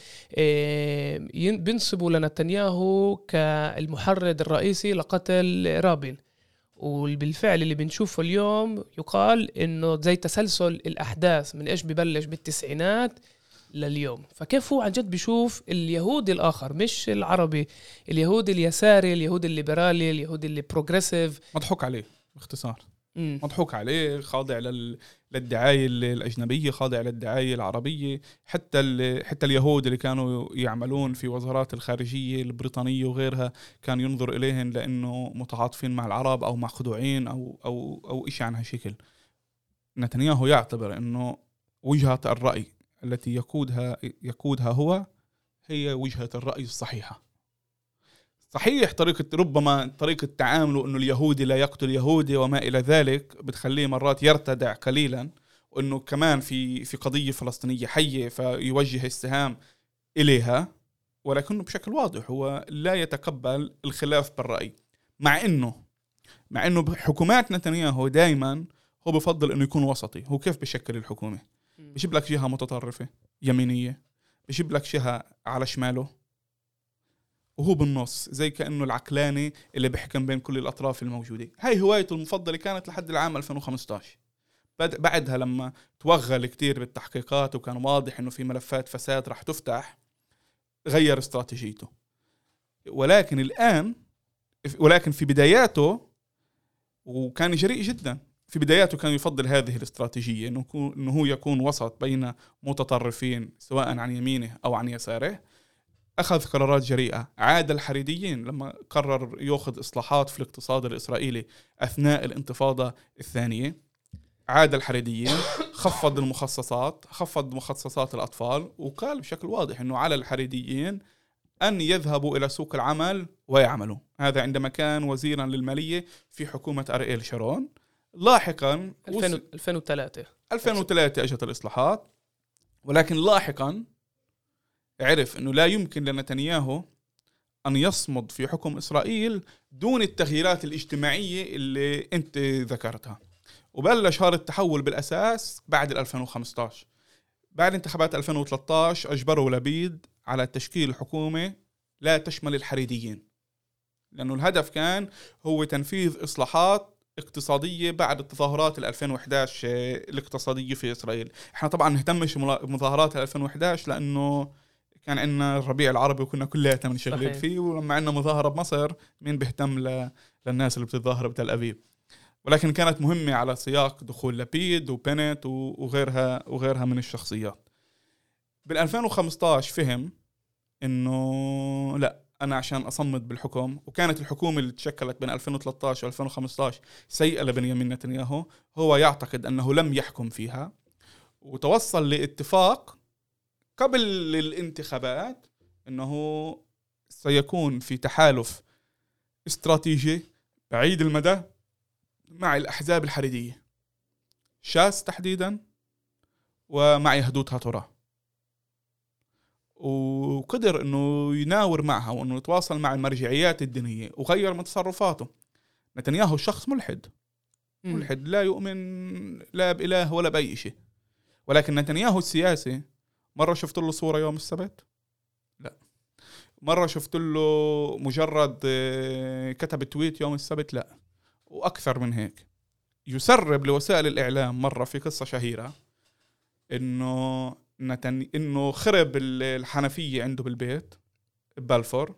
بينسبوا لنتنياهو كالمحرض الرئيسي لقتل رابين. وبالفعل اللي بنشوفه اليوم يقال إنه زي تسلسل الأحداث من إيش ببلش بالتسعينات لليوم. فكيف هو عن جد بيشوف اليهودي الآخر، مش العربي، اليهودي اليساري، اليهودي الليبرالي، اليهودي اللي بروغريسيف، مضحوك عليه باختصار. مضحوك عليه، خاضع للدعاية الأجنبية، خاضع للدعاية العربية. حتى اليهود اللي كانوا يعملون في وزارات الخارجية البريطانية وغيرها كان ينظر إليهم لأنه متعاطفين مع العرب أو مع خدوعين أو إشي عن هالشكل. نتنياهو يعتبر أنه وجهة الرأي التي يقودها هو هي وجهة الرأي الصحيحة. صحيح ربما طريقة تعامله أنه اليهودي لا يقتل يهودي وما إلى ذلك بتخليه مرات يرتدع قليلا، وأنه كمان في قضية فلسطينية حية فيوجه السهام إليها، ولكنه بشكل واضح هو لا يتقبل الخلاف بالرأي. مع أنه بحكومات نتنياهو دايما هو بفضل أنه يكون وسطي. هو كيف بشكل الحكومة؟ بيجيب لك جهة متطرفة يمينية، بيجيب لك جهة على شماله، وهو بالنص زي كأنه العقلاني اللي بيحكم بين كل الأطراف الموجودة. هاي هوايته المفضلة كانت لحد العام 2015. بعدها لما توغل كتير بالتحقيقات وكان واضح إنه في ملفات فساد رح تفتح، غير استراتيجيته. ولكن في بداياته وكان جريء جدا. في بداياته كان يفضل هذه الاستراتيجية إنه هو يكون وسط بين متطرفين سواء عن يمينه أو عن يساره. أخذ قرارات جريئة، عاد الحريديين لما قرر يأخذ إصلاحات في الاقتصاد الإسرائيلي أثناء الانتفاضة الثانية. عاد الحريديين، خفض مخصصات الأطفال، وقال بشكل واضح إنه على الحريديين أن يذهبوا إلى سوق العمل ويعملوا. هذا عندما كان وزيرا للمالية في حكومة أرييل شارون. لاحقا 2003 أجت الإصلاحات، ولكن لاحقا عرف أنه لا يمكن لنتنياهو أن يصمد في حكم إسرائيل دون التغييرات الاجتماعية اللي أنت ذكرتها. وبلش هذا التحول بالأساس بعد 2015. بعد انتخابات 2013 أجبروا لبيد على تشكيل حكومة لا تشمل الحريديين، لأنه الهدف كان هو تنفيذ إصلاحات اقتصادية بعد التظاهرات 2011 الاقتصادية في إسرائيل. احنا طبعا نهتمش بمظاهرات 2011 لأنه كان عندنا الربيع العربي وكنا كلياتنا منشغلين فيه، ولما عندنا مظاهرة بمصر مين بيهتم للناس اللي بتتظاهر بتل أبيب. ولكن كانت مهمة على سياق دخول لبيد وبنت وغيرها من الشخصيات. بال2015 فهم إنه لا، أنا عشان أصمد بالحكم، وكانت الحكومة اللي تشكلت بين 2013 و2015 سيئة لبنيامين نتنياهو، هو يعتقد أنه لم يحكم فيها، وتوصل لاتفاق قبل الانتخابات أنه سيكون في تحالف استراتيجي بعيد المدى مع الأحزاب الحريدية، شاس تحديدا ومع يهدوت هاتورا، وقدر أنه يناور معها وأنه يتواصل مع المرجعيات الدينية وغير من تصرفاته. نتنياهو شخص ملحد لا يؤمن لا بإله ولا بأي شيء، ولكن نتنياهو السياسي مرة شفت له صورة يوم السبت؟ لا. مرة شفت له مجرد كتب تويت يوم السبت؟ لا. وأكثر من هيك، يسرب لوسائل الإعلام مرة في قصة شهيرة إنه خرب الحنفية عنده بالبيت ببلفور،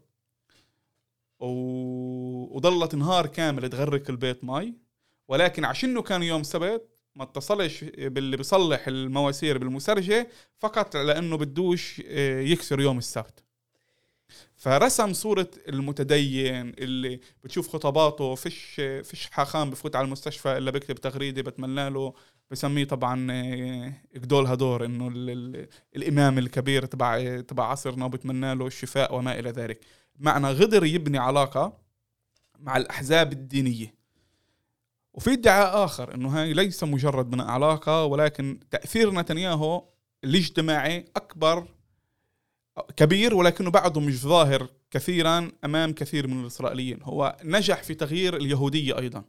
وضلت نهار كامل تغرق البيت ماي، ولكن عشانه كان يوم سبت ما اتصلش باللي بيصلح المواسير بالمسرجة فقط لأنه بدوش يكسر يوم السبت. فرسم صورة المتدين اللي بتشوف خطاباته فيش حاخام بفوت على المستشفى إلا بكتب تغريدة بتمنى له، بسميه طبعا إقدول هدور، إنه الإمام الكبير تبع عصرنا، بتمنى له الشفاء وما إلى ذلك. معنى غدر يبني علاقة مع الأحزاب الدينية. وفي ادعاء آخر إنه هاي ليس مجرد بناء علاقة، ولكن تأثير نتنياهو الاجتماعي أكبر كبير، ولكنه بعده مش ظاهر كثيرا أمام كثير من الإسرائيليين. هو نجح في تغيير اليهودية أيضا.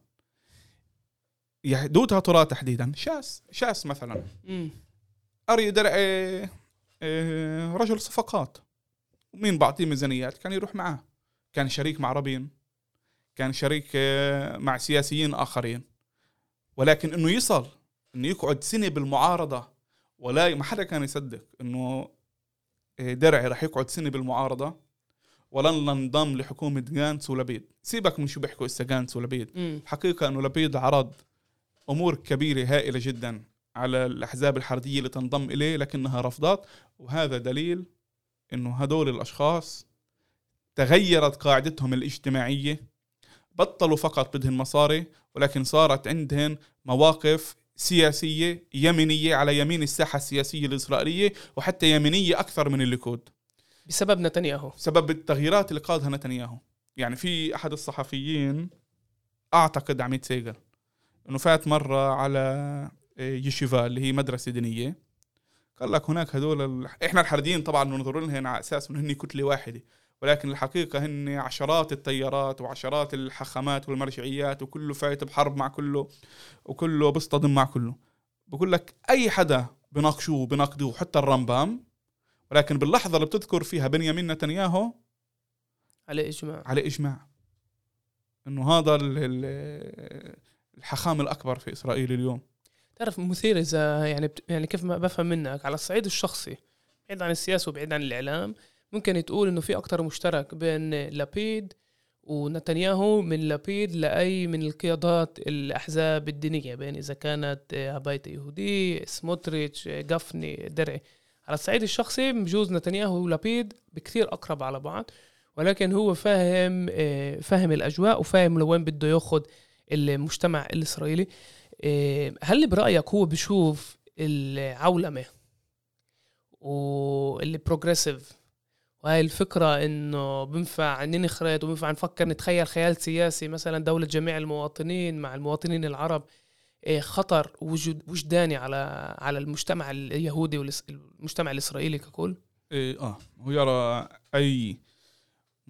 يهدوت هاتورا تحديدا شاس مثلا أري درعي رجل صفقات، ومين بعطيه ميزانيات كان يروح معاه، كان شريك مع رابين، كان شريك مع سياسيين آخرين. ولكن إنه يصل إنه يقعد سنة بالمعارضة، ولا ما حدا كان يصدق إنه درعي رح يقعد سنة بالمعارضة ولن ننضم لحكومة جانتس ولبيد. سيبك من شو بيحكوا إسا جانتس ولبيد، حقيقة إنه لبيد عرض أمور كبيرة هائلة جدا على الأحزاب الحريدية اللي تنضم إليه لكنها رفضت. وهذا دليل إنه هدول الأشخاص تغيرت قاعدتهم الاجتماعية، بطلوا فقط بدهن مصاري، ولكن صارت عندهن مواقف سياسية يمينية على يمين الساحة السياسية الإسرائيلية، وحتى يمينية أكثر من الليكود بسبب نتنياهو، سبب التغييرات اللي قادها نتنياهو. يعني في أحد الصحفيين أعتقد عميد سيغل إنه فات مرة على يشيفا اللي هي مدرسة دينية، قال لك هناك هدول إحنا الحريديين طبعا ننظر لهم على أساس إنه هن كتلة واحدة، ولكن الحقيقة هن عشرات التيارات وعشرات الحخامات والمرجعيات، وكله فايت بحرب مع كله، وكله بيصطدم مع كله. بقول لك أي حدا بناقدوه حتى الرمبام، ولكن باللحظة اللي بتذكر فيها بنيامين نتنياهو على إجماع إنه هذا الحخام الأكبر في إسرائيل اليوم. تعرف مثير إذا يعني كيف ما بفهم منك على الصعيد الشخصي بعيد عن السياسة وبعيد عن الإعلام، ممكن تقول إنه في أكتر مشترك بين لبيد ونتنياهو من لبيد لأي من القيادات الأحزاب الدينية، بين إذا كانت هبايت يهودي، سموتريتش، غفني، درعي. على الصعيد الشخصي بجوز نتنياهو ولبيد بكثير أقرب على بعض، ولكن هو فاهم الأجواء وفاهم لوين بده ياخد المجتمع الإسرائيلي. هل برأيك هو بيشوف العولمة واللي بروجريسيف وهي الفكرة إنه بنفع ننخرط وبنفع نفكر نتخيل خيال سياسي مثلا دولة جميع المواطنين مع المواطنين العرب خطر وجداني على المجتمع اليهودي والمجتمع الإسرائيلي ككل؟ هو يرى أي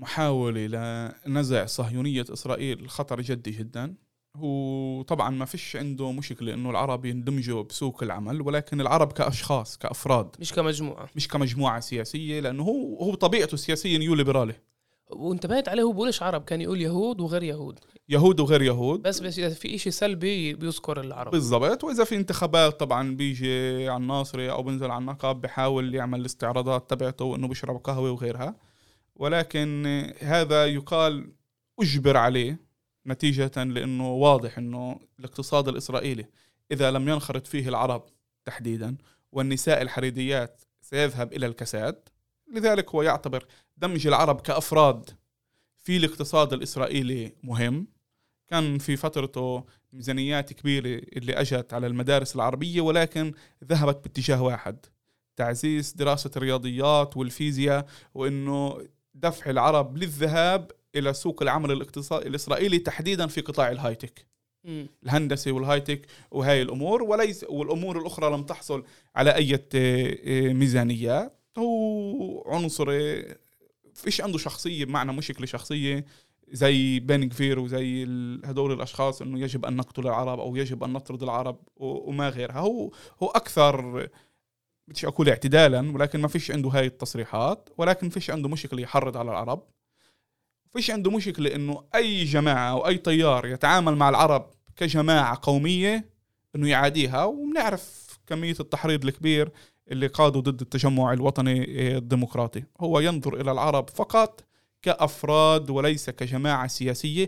محاولة لنزع صهيونية إسرائيل خطر جدي جدا. هو طبعا ما فيش عنده مشكلة إنه العرب يندمجوا بسوق العمل، ولكن العرب كأشخاص كأفراد مش كمجموعة سياسية، لأنه هو طبيعته سياسيا نيوليبرالي. وانتبهت عليه، هو بقولش عرب، كان يقول يهود وغير يهود بس إذا في إشي سلبي بيذكر العرب بالضبط. وإذا في انتخابات طبعا بيجي على الناصري أو بنزل على النقاب بحاول يعمل الاستعراضات تبعته إنه بيشرب قهوة وغيرها، ولكن هذا يقال أجبر عليه نتيجة لأنه واضح أنه الاقتصاد الإسرائيلي إذا لم ينخرط فيه العرب تحديدا والنساء الحريديات سيذهب إلى الكساد. لذلك هو يعتبر دمج العرب كأفراد في الاقتصاد الإسرائيلي مهم. كان في فترته ميزانيات كبيرة اللي أجت على المدارس العربية، ولكن ذهبت باتجاه واحد: تعزيز دراسة الرياضيات والفيزياء، وإنه دفع العرب للذهاب إلى سوق العمل الاقتصادي الإسرائيلي تحديدا في قطاع الهايتك، الهندسة والهايتك وهاي الأمور، والأمور الأخرى لم تحصل على أي ميزانيات. هو عنصري، فيش عنده شخصية بمعنى مشكلة شخصية زي بن غفير وزي هدول الأشخاص إنه يجب أن نقتل العرب أو يجب أن نطرد العرب وما غيرها. هو أكثر بديش أقول اعتدالا، ولكن ما فيش عنده هاي التصريحات، ولكن فيش عنده مشكلة يحرض على العرب. فيش عنده مشكلة إنه أي جماعة أو أي تيار يتعامل مع العرب كجماعة قومية إنه يعاديها. ونعرف كمية التحريض الكبير اللي قادوا ضد التجمع الوطني الديمقراطي. هو ينظر إلى العرب فقط كأفراد وليس كجماعة سياسية،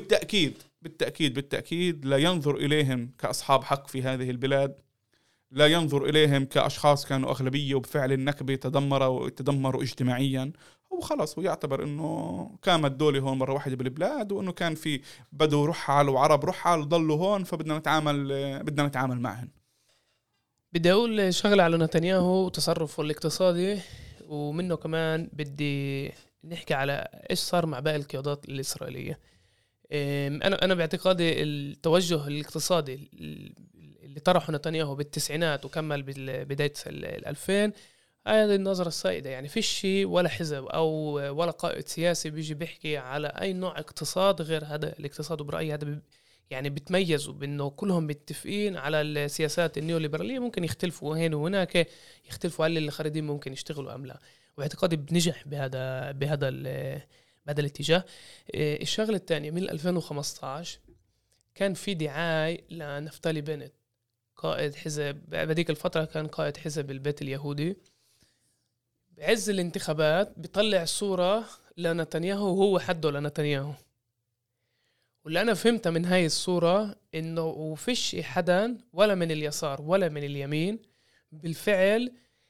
وبالتأكيد لا ينظر إليهم كأصحاب حق في هذه البلاد، لا ينظر إليهم كأشخاص كانوا أغلبية وبفعل النكبة تدمروا اجتماعيا. هو خلاص هو يعتبر إنه كانت دولة هون مرة واحدة بالبلاد، وإنه كان في بدو رحال وعرب رحال ضلوا هون، فبدنا نتعامل معهم. بدي أقول شغلة على نتنياهو وتصرفه الاقتصادي، ومنه كمان بدي نحكي على إيش صار مع باقي القيادات الإسرائيلية. أنا باعتقادي التوجه الاقتصادي اللي طرحه نتنياهو بالتسعينات وكمل بداية 2000 هذه النظرة السائدة. يعني فيش شيء ولا حزب أو ولا قائد سياسي بيجي بيحكي على أي نوع اقتصاد غير هذا الاقتصاد. وبرأيي هذا يعني بتميزوا بأنه كلهم متفقين على السياسات النيوليبرالية. ممكن يختلفوا هنا وهناك، يختلفوا هل الخريدين ممكن يشتغلوا أم لا، واعتقادي بنجح بهذا الاتجاه. الشغلة الثانية من 2015 كان في دعاية لنفتالي بنت، قائد حزب بهذيك الفترة، كان قائد حزب البيت اليهودي. بعز الانتخابات بيطلع صورة لنتنياهو وهو حده لنتنياهو. واللي أنا فهمته من هاي الصورة إنه فيش حدا ولا من اليسار ولا من اليمين بالفعل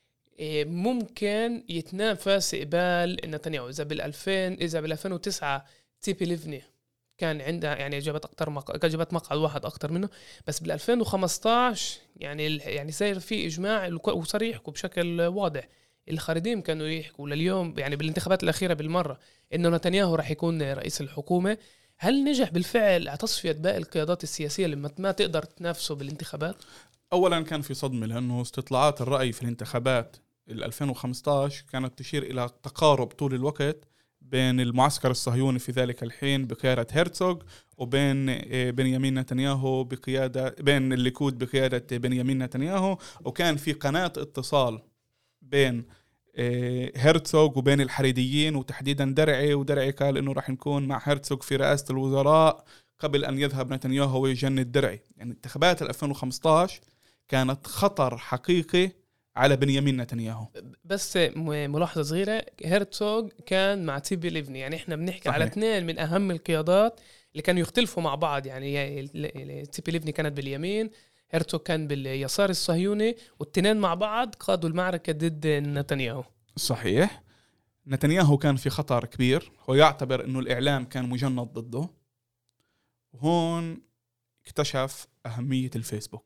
ممكن يتنافس قبال نتنياهو. إذا بال 2009 تيبي ليفني كان عندها يعني جابت مقعد واحد أكتر منه، بس بال 2015 يعني صار في إجماع وصار يحكوا بشكل واضح. الخارجين كانوا يحكوا لليوم يعني بالانتخابات الأخيرة بالمرة إنه نتنياهو راح يكون رئيس الحكومة. هل نجح بالفعل على تصفية باقي القيادات السياسية لما ما تقدر تنافسه بالانتخابات؟ أولا كان في صدمة، لأنه استطلاعات الرأي في الانتخابات 2015 كانت تشير إلى تقارب طول الوقت بين المعسكر الصهيوني في ذلك الحين بقيادة هيرتزوغ وبين بنيامين نتنياهو بين الليكود بقيادة بنيامين نتنياهو. وكان في قناة اتصال بين هيرتزوغ وبين الحريديين وتحديدا درعي قال إنه راح نكون مع هيرتزوغ في رئاسة الوزراء قبل أن يذهب نتنياهو ويجند درعي. يعني انتخابات 2015 كانت خطر حقيقي على بنيامين نتنياهو. بس ملاحظة صغيرة، هيرتزوغ كان مع تيبي ليفني، يعني احنا بنحكي صحيح على اثنين من أهم القيادات اللي كانوا يختلفوا مع بعض. يعني تيبي ليفني كانت باليمين، هيرتزوغ كان باليسار الصهيوني، والتنين مع بعض قادوا المعركة ضد نتنياهو. صحيح. نتنياهو كان في خطر كبير، هو يعتبر إنه الإعلام كان مجند ضده. وهون اكتشف أهمية الفيسبوك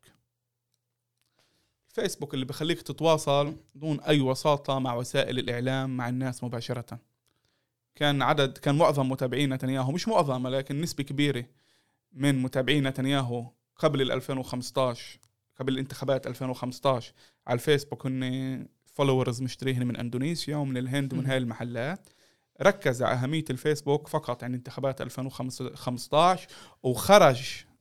اللي بخليك تتواصل دون أي وساطة مع وسائل الإعلام مع الناس مباشرة. كان معظم متابعين نتنياهو، مش معظم لكن نسبة كبيرة من متابعين نتنياهو قبل 2015 قبل الانتخابات 2015 على الفيسبوك هن فولورز مشتريهن من اندونيسيا ومن الهند ومن هاي المحلات. ركز على أهمية الفيسبوك فقط عن انتخابات 2015 وخرج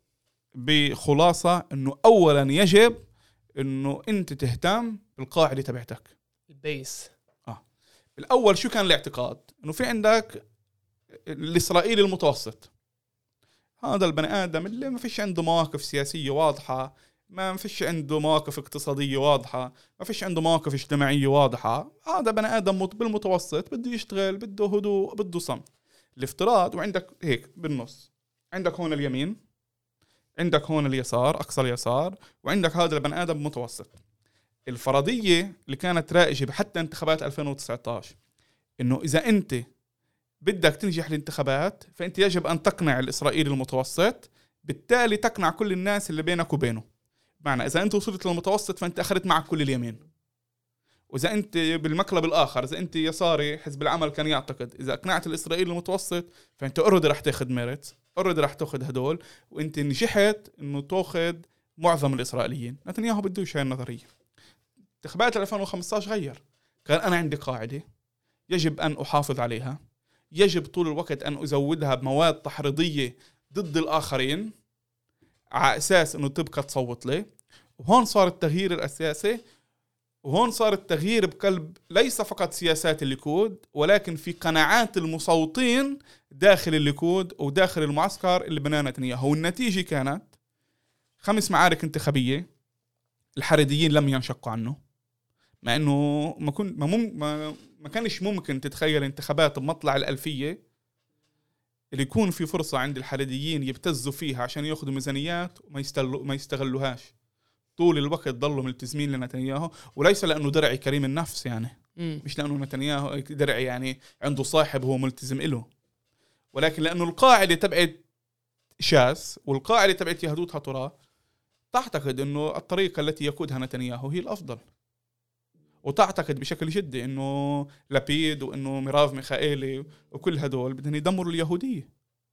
بخلاصة أنه أولا يجب أنه أنت تهتم بالقاعدة تبعتك البيس. الأول شو كان الاعتقاد؟ أنه في عندك الإسرائيلي المتوسط، هذا البني آدم اللي ما فيش عنده مواقف سياسية واضحة، ما فيش عنده مواقف اقتصادية واضحة، ما فيش عنده مواقف اجتماعية واضحة. هذا بني آدم بالمتوسط، بده يشتغل، بده هدوء، بده صمت. الافتراض وعندك هيك بالنص، عندك هون اليمين، عندك هون اليسار، أقصى اليسار، وعندك هذا البني آدم متوسط. الفرضية اللي كانت رائجة حتى انتخابات 2019 إنه إذا أنت بدك تنجح الانتخابات فأنت يجب أن تقنع الإسرائيلي المتوسط، بالتالي تقنع كل الناس اللي بينك وبينه. معنى إذا أنت وصلت للمتوسط فأنت أخذت معك كل اليمين. وإذا أنت بالمقلب الآخر، إذا أنت يساري، حزب العمل كان يعتقد إذا أقنعت الإسرائيلي المتوسط فأنت أوريدي رح تاخذ ميرت، أوريدي رح تاخذ هدول، وأنت نجحت إنه تاخذ معظم الإسرائيليين. نتنياهو بدوش هاي النظرية. انتخابات 2015 غير، قال أنا عندي قاعدة يجب أن أحافظ عليها، يجب طول الوقت أن أزودها بمواد تحريضية ضد الآخرين على أساس أنه تبقى تصوت لي. وهون صار التغيير الأساسي، وهون صار التغيير بقلب ليس فقط سياسات الليكود ولكن في قناعات المصوتين داخل الليكود وداخل المعسكر اللي بناه نتنياهو. والنتيجة كانت 5 معارك انتخابية الحريديين لم ينشقوا عنه، مع أنه ما كانش ممكن تتخيل انتخابات بمطلع الألفية اللي يكون في فرصة عند الحريديين يبتزوا فيها عشان يأخذوا ميزانيات وما يستغلوهاش. طول الوقت ضلوا ملتزمين لنتنياهو، وليس لأنه درعي كريم النفس يعني مش لأنه نتنياهو درعي يعني عنده صاحب هو ملتزم إله، ولكن لأنه القاعدة تبعت شاس والقاعدة تبعت يهودت هتراه تعتقد أنه الطريقة التي يقودها نتنياهو هي الأفضل، وتعتقد بشكل جدي أنه لابيد وأنه ميراف ميخائيلي وكل هدول بدهم يدمروا اليهودية.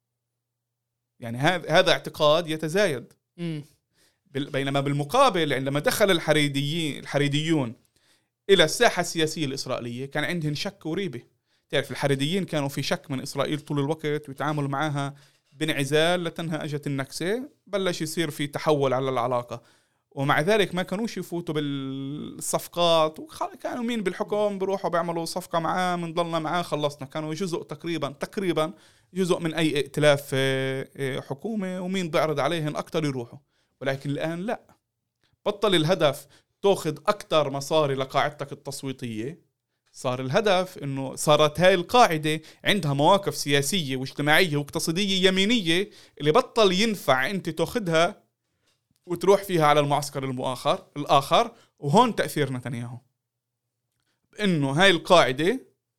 يعني هذا اعتقاد يتزايد. بينما بالمقابل عندما دخل الحريديون إلى الساحة السياسية الإسرائيلية كان عندهم شك وريبة. تعرف الحريديين كانوا في شك من إسرائيل طول الوقت ويتعاملوا معها بانعزال لتنها أجت النكسة، بلش يصير في تحول على العلاقة، ومع ذلك ما كانوش يفوتوا بالصفقات، وكانوا مين بالحكم بروحوا بيعملوا صفقة معاه منضلنا معاه خلصنا. كانوا جزء تقريبا جزء من أي ائتلاف حكومة، ومين بيعرض عليهم أكتر يروحوا. ولكن الآن لا، بطل الهدف تأخذ أكتر مصاري لقاعدتك التصويتية، صار الهدف إنه صارت هاي القاعدة عندها مواقف سياسية واجتماعية واقتصادية يمينية اللي بطل ينفع أنت تأخذها وتروح فيها على المعسكر الآخر. وهون تأثير نتنياهو، إنه هاي القاعدة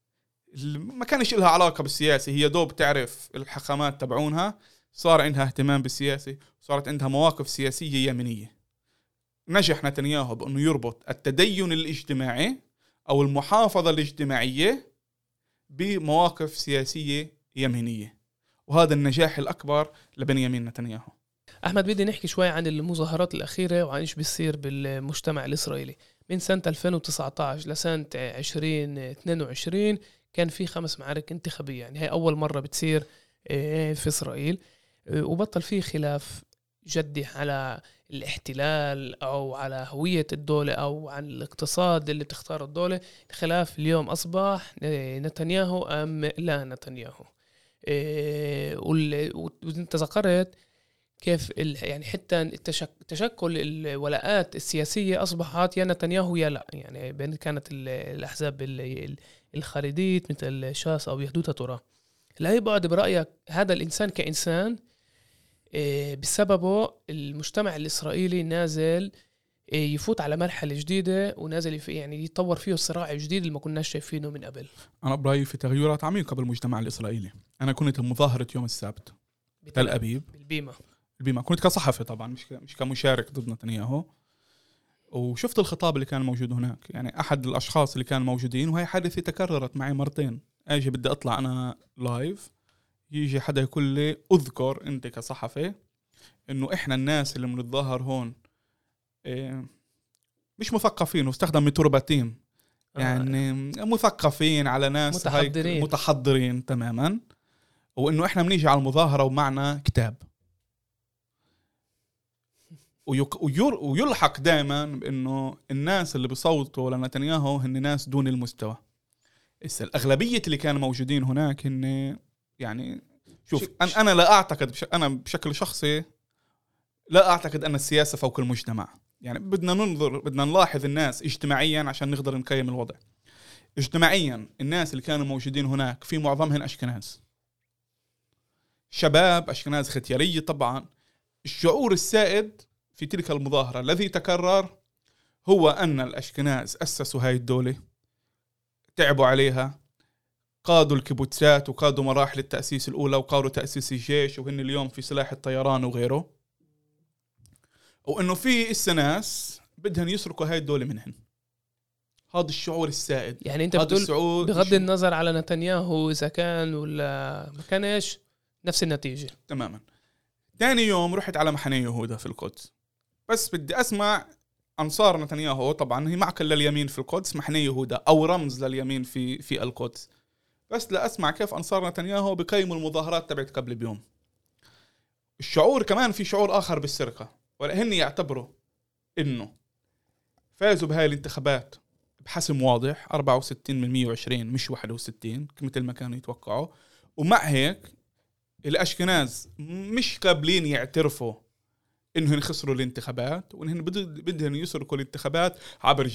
ما كانش لها علاقة بالسياسة، هي دوب تعرف الحكامات تبعونها، صار عندها اهتمام بالسياسة، صارت عندها مواقف سياسية يمينية. نجح نتنياهو بأنه يربط التدين الاجتماعي أو المحافظة الاجتماعية بمواقف سياسية يمينية، وهذا النجاح الأكبر لبنيامين نتنياهو. أحمد، بدي نحكي شوي عن المظاهرات الأخيرة وعن إيش بيصير بالمجتمع الإسرائيلي. من سنة 2019 لسنة 2022 كان في 5 معارك انتخابية، يعني هي أول مرة بتصير في إسرائيل، وبطل فيه خلاف جدي على الاحتلال أو على هوية الدولة أو عن الاقتصاد اللي تختار الدولة. الخلاف اليوم أصبح نتنياهو أم لا نتنياهو. وانت ذكرت كيف يعني حتى تشكل الولاءات السياسية أصبحت يا نتنياهو يا لا، يعني بين كانت الأحزاب الخارجية مثل شاس أو يهودت هتراه. لا يبعد برأيك هذا الإنسان كإنسان بسببه المجتمع الإسرائيلي نازل يفوت على مرحلة جديدة ونازل يعني يتطور فيه الصراع الجديد اللي ما كناش شايفينه من قبل؟ أنا برأيي في تغيرات عميقة بالمجتمع الإسرائيلي. أنا كنت بمظاهرة يوم السبت بتل أبيب بالبيمة، كنت كصحفي طبعا مش كمشارك ضد نتنياهو، وشفت الخطاب اللي كان موجود هناك. يعني أحد الأشخاص اللي كانوا موجودين، وهي حادثة تكررت معي مرتين، أجي بدي أطلع أنا لايف يجي حدا يقول لي أذكر أنت كصحفي إنه إحنا الناس اللي بنتظاهر هون مش مثقفين، واستخدم متربتين يعني مثقفين على ناس متحضرين تماما، وإنه إحنا بنيجي على المظاهرة ومعنا كتاب، ويلحق دائما بأنه الناس اللي بيصوتوا لنتنياهو هن ناس دون المستوى. الأغلبية اللي كانوا موجودين هناك هن يعني شوف أنا لا أعتقد أنا بشكل شخصي لا أعتقد أن السياسة فوق المجتمع. يعني بدنا نلاحظ الناس اجتماعيا عشان نقدر نقيم الوضع. اجتماعيا الناس اللي كانوا موجودين هناك في معظمهم أشكناز، شباب أشكناز ختيارية. طبعا الشعور السائد في تلك المظاهرة الذي تكرر هو أن الأشكناز أسسوا هاي الدولة، تعبوا عليها، قادوا الكيبوتسات وقادوا مراحل التأسيس الأولى وقادوا تأسيس الجيش، وهن اليوم في سلاح الطيران وغيره، وأنه في ناس بدهن يسرقوا هاي الدولة منهن. هذا الشعور السائد. يعني أنت بتقول بغض النظر على نتنياهو إذا كان ولا ما كانش نفس النتيجة تماما. تاني يوم رحت على محنية يهودا في القدس، بس بدي أسمع أنصار نتنياهو. طبعا هي معقل لليمين في القدس محنية يهودا أو رمز لليمين في القدس، بس لأسمع كيف أنصار نتنياهو بقيموا المظاهرات تبعت قبل بيوم. الشعور كمان في شعور آخر بالسرقة، ولهن يعتبروا إنه فازوا بهاي الانتخابات بحسم واضح 64 من 120 مش 61 مثل ما كانوا يتوقعوا. ومع هيك الأشكناز مش قابلين يعترفوا إنهم خسروا الانتخابات، وإنهم بدهم يسرقوا الانتخابات عبر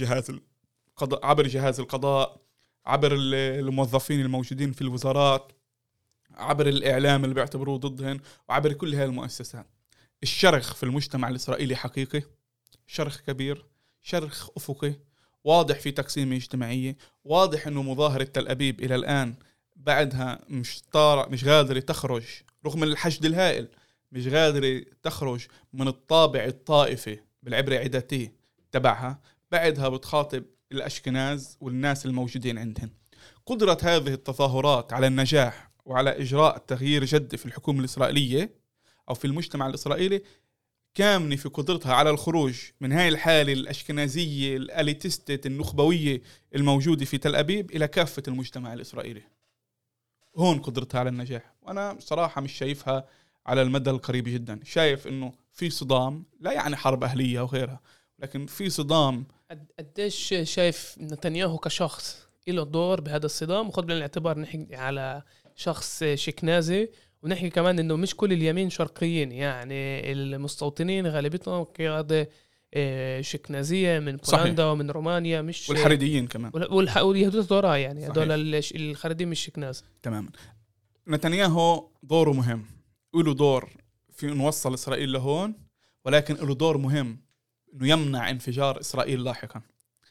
جهاز القضاء، عبر الموظفين الموجودين في الوزارات، عبر الإعلام اللي بيعتبروه ضدهم، وعبر كل هاي المؤسسات. الشرخ في المجتمع الإسرائيلي حقيقي، شرخ كبير، شرخ أفقي واضح في تقسيمة اجتماعية. واضح إنه مظاهرة تل أبيب إلى الآن بعدها مش قادرة تخرج رغم الحشد الهائل، مش قادرة تخرج من الطابع الطائفي بالعبرة عدتي تبعها. بعدها بتخاطب الأشكناز والناس الموجودين عندهم. قدرة هذه التظاهرات على النجاح وعلى إجراء تغيير جدي في الحكومة الإسرائيلية أو في المجتمع الإسرائيلي كامنة في قدرتها على الخروج من هاي الحالة الأشكنازية الأليتستة النخبوية الموجودة في تل أبيب إلى كافة المجتمع الإسرائيلي. هون قدرتها على النجاح. وأنا صراحة مش شايفها على المدى القريب جدا. شايف إنه في صدام، لا يعني حرب أهلية وغيرها، لكن في صدام. قديش شايف نتنياهو كشخص له دور بهذا الصدام؟ وخذ بعين الاعتبار نحكي على شخص شكنازي، ونحكي كمان إنه مش كل اليمين شرقيين، يعني المستوطنين غالبيتهم قيادة شكنازية من بولندا ومن رومانيا، مش والحريديين كمان واليهود دورها، يعني هذول الخريدين مش شكناز تماما. نتنياهو دوره مهم، له دور في إنه وصل إسرائيل لهون، ولكن له دور مهم إنه يمنع انفجار إسرائيل لاحقا.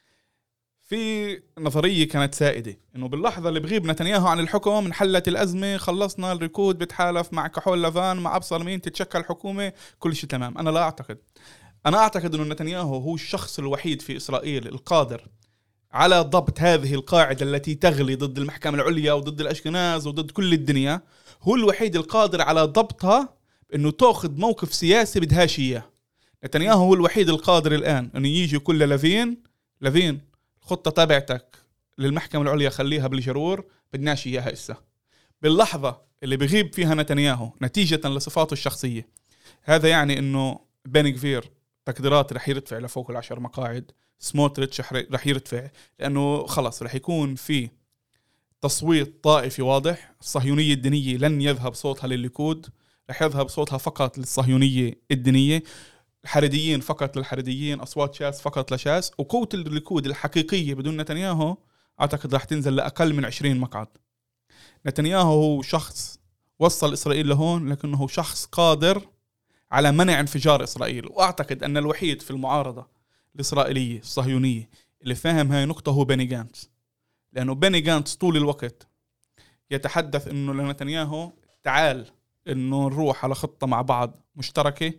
في نظرية كانت سائدة إنه باللحظة اللي بغيب نتنياهو عن الحكم انحلت الأزمة، خلصنا الركود، بتحالف مع كحول لافان مع أبصر مين، تتشكل حكومة، كل شيء تمام. أنا لا أعتقد. أنا أعتقد إنه نتنياهو هو الشخص الوحيد في إسرائيل القادر على ضبط هذه القاعدة التي تغلي ضد المحكمة العليا وضد الأشكناز وضد كل الدنيا. هو الوحيد القادر على ضبطها إنه تأخذ موقف سياسي بدهاش إياه. نتنياهو هو الوحيد القادر الآن إنه يجي كل لافين الخطة تابعتك للمحكمة العليا خليها بالجرور، بدناش إياها إسا. باللحظة اللي بغيب فيها نتنياهو نتيجة لصفاته الشخصية، هذا يعني إنه بن غفير تقديرات رح يرتفع لفوق 10 مقاعد، سموتريتش رح يرتفع، لأنه خلص رح يكون في تصويت طائفي واضح. الصهيونية الدينية لن يذهب صوتها للليكود، رح يذهب صوتها فقط للصهيونية الدينية. الحريديين فقط للحريديين، أصوات شاس فقط لشاس. وقوة الليكود الحقيقية بدون نتنياهو أعتقد رح تنزل لأقل من 20 مقعد. نتنياهو هو شخص وصل إسرائيل لهون، لكنه شخص قادر على منع انفجار إسرائيل. وأعتقد أن الوحيد في المعارضة الإسرائيلية الصهيونية اللي فاهم هاي نقطة هو بني جانتس، لأنه بني جانتس طول الوقت يتحدث إنه لنتنياهو تعال إنه نروح على خطة مع بعض مشتركة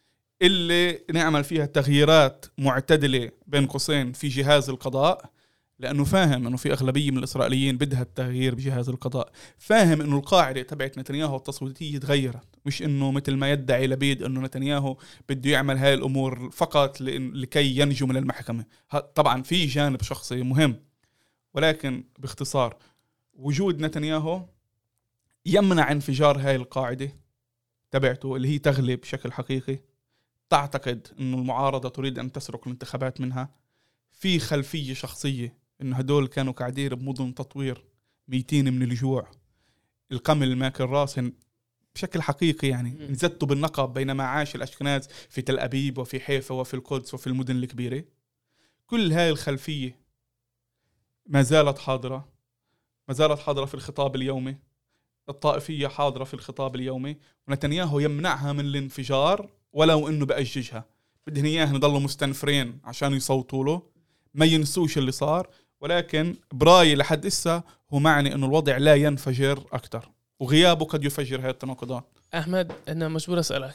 اللي نعمل فيها تغييرات معتدلة بين قوسين في جهاز القضاء، لأنه فاهم أنه في أغلبية من الإسرائيليين بدها التغيير بجهاز القضاء، فاهم أنه القاعدة تبعت نتنياهو التصويتية تغيرت، مش أنه مثل ما يدعي لبيد أنه نتنياهو بده يعمل هاي الأمور فقط لكي ينجو من المحكمة. طبعا في جانب شخصي مهم، ولكن باختصار وجود نتنياهو يمنع انفجار هاي القاعدة تبعته اللي هي تغلب بشكل حقيقي. تعتقد أنه المعارضة تريد أن تسرق الانتخابات منها. في خلفية شخصية إنه هدول كانوا قاعدين بمدن تطوير ميتين من الجوع، القمل ماكل راسهن بشكل حقيقي، يعني انزتوا بالنقب بينما عاش الأشكناز في تل أبيب وفي حيفا وفي القدس وفي المدن الكبيرة. كل هاي الخلفية ما زالت حاضرة في الخطاب اليومي، الطائفية حاضرة في الخطاب اليومي، ونتنياهو يمنعها من الانفجار ولو إنه بأججها. بدهن إياه نضلوا مستنفرين عشان يصوتوا له، ما ينسوش اللي صار، ولكن برايي لحد إسا هو معني إنه الوضع لا ينفجر أكتر، وغيابه قد يفجر هاي التناقضات. أحمد أنا مجبور أسألك،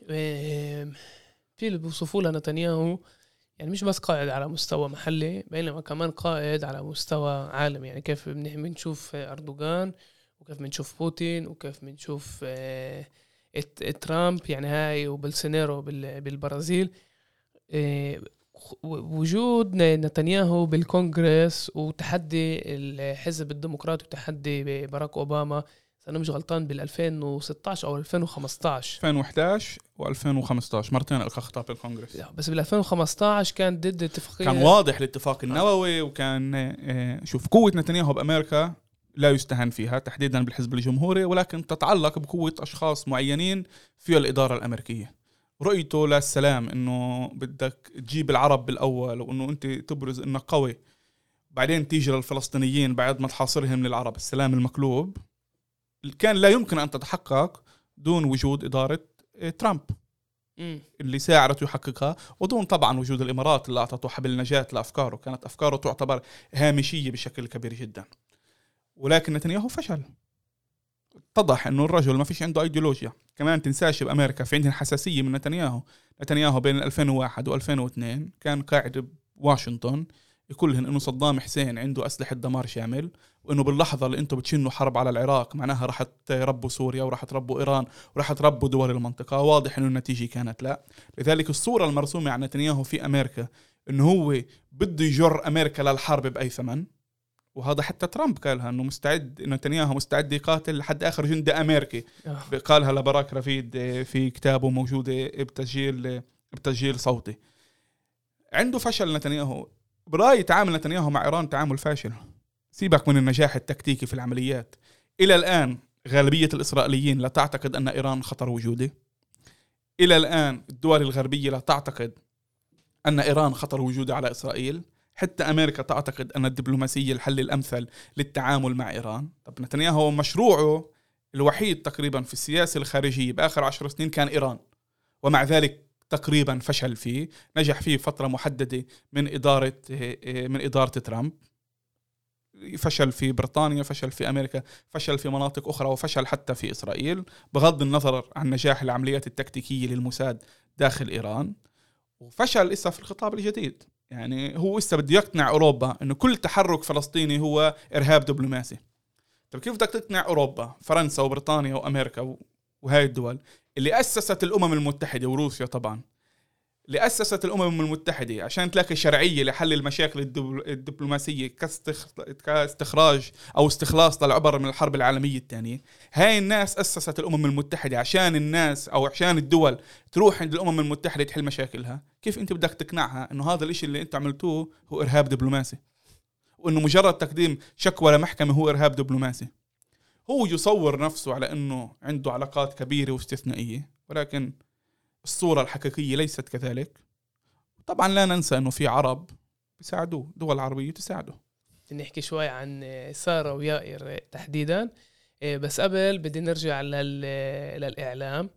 في اللي بيوصفوا لنا نتنياهو يعني مش بس قائد على مستوى محلي، بينما كمان قائد على مستوى عالمي. يعني كيف بنشوف أردوغان، وكيف بنشوف بوتين، وكيف بنشوف ترامب يعني هاي، وبلسونيرو بالبرازيل. وجود نتنياهو بالكونغرس وتحدي الحزب الديمقراطي وتحدي باراك أوباما، أنا مش غلطان بال2016 أو 2011 و2015 مرتين ألقى خطاب بالكونغرس. بس بال2015 كان ضد اتفاقية، كان واضح الاتفاق النووي، وكان شوف قوة نتنياهو بأمريكا لا يستهان فيها تحديدا بالحزب الجمهوري، ولكن تتعلق بقوة أشخاص معينين في الإدارة الأمريكية. رؤيته للسلام إنه بدك تجيب العرب بالأول، وإنه أنت تبرز إنك قوي، بعدين تيجي للفلسطينيين بعد ما تحاصرهم للعرب. السلام المقلوب كان لا يمكن أن تتحقق دون وجود إدارة ترامب اللي ساعدته يحققها، ودون طبعا وجود الإمارات اللي أعطته حبل نجاة لأفكاره. كانت أفكاره تعتبر هامشية بشكل كبير جدا، ولكن نتنياهو فشل. اتضح انه الرجل ما فيش عنده ايديولوجيا. كمان تنساش بامريكا في عندهم حساسيه من نتنياهو بين 2001 و2002 كان قاعد بواشنطن يقولهن انه صدام حسين عنده اسلحه دمار شامل، وانه باللحظه اللي انتم بتشنوا حرب على العراق معناها راح تربوا سوريا وراح تربوا ايران وراح تربوا دول المنطقه. واضح انه النتيجه كانت لا. لذلك الصوره المرسومه عن نتنياهو في امريكا انه هو بده يجر امريكا للحرب باي ثمن، وهذا حتى ترامب قالها انه مستعد، انه نتنياهو مستعد يقاتل لحد اخر جندي امريكي. قالها لبراك رفيد في كتابه موجوده بتسجيل صوتي. عنده فشل نتنياهو. برايي تعامل نتنياهو مع ايران تعامل فاشل. سيبك من النجاح التكتيكي في العمليات، الى الان غالبيه الاسرائيليين لا تعتقد ان ايران خطر وجودي. الى الان الدول الغربيه لا تعتقد ان ايران خطر وجودي على اسرائيل. حتى أمريكا تعتقد أن الدبلوماسية الحل الأمثل للتعامل مع إيران. طب نتنياهو مشروعه الوحيد تقريبا في السياسة الخارجية بآخر 10 سنين كان إيران، ومع ذلك تقريبا فشل فيه. نجح فيه فترة محددة من إدارة ترامب، فشل في بريطانيا، فشل في أمريكا، فشل في مناطق أخرى، وفشل حتى في إسرائيل، بغض النظر عن نجاح العمليات التكتيكية للموساد داخل إيران. وفشل إسا في الخطاب الجديد. يعني هو إسا بده يقنع أوروبا إنه كل تحرك فلسطيني هو إرهاب دبلوماسي. طب كيف بدك تقنع أوروبا، فرنسا وبريطانيا وأمريكا وهاي الدول اللي أسست الأمم المتحدة، وروسيا طبعا اللي أسست الأمم المتحدة عشان تلاقي شرعية لحل المشاكل الدبلوماسية كاستخراج أو استخلاص للعبر من الحرب العالمية الثانية. هاي الناس أسست الأمم المتحدة عشان الناس أو عشان الدول تروح عند الأمم المتحدة تحل مشاكلها. كيف أنت بدك تقنعها إنه هذا الإشي اللي أنت عملتوه هو إرهاب دبلوماسي، وإنه مجرد تقديم شكوى لمحكمة هو إرهاب دبلوماسي؟ هو يصور نفسه على إنه عنده علاقات كبيرة واستثنائية، ولكن الصورة الحقيقية ليست كذلك. طبعا لا ننسى أنه في عرب بيساعدوه، دول عربية تساعده. نحكي شوي عن سارة ويائر تحديدا، بس قبل بدي نرجع للإعلام،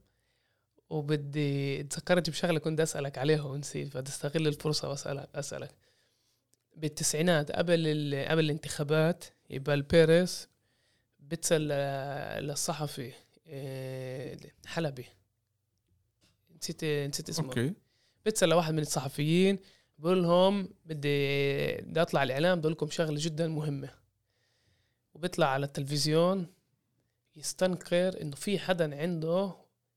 وبدي تذكرت بشغلة كنت أسألك عليها ونسيت، فدستغل الفرصة وأسألك. بالتسعينات قبل الانتخابات يبقى البيرس بتسأل للصحفي حلبي، نسيت اسمه. أوكي. بتسأل لواحد من الصحفيين بقول لهم بدي أطلع الإعلام، بقول لكم شغلة جدا مهمة، وبيطلع على التلفزيون يستنكر إنه في حدا عنده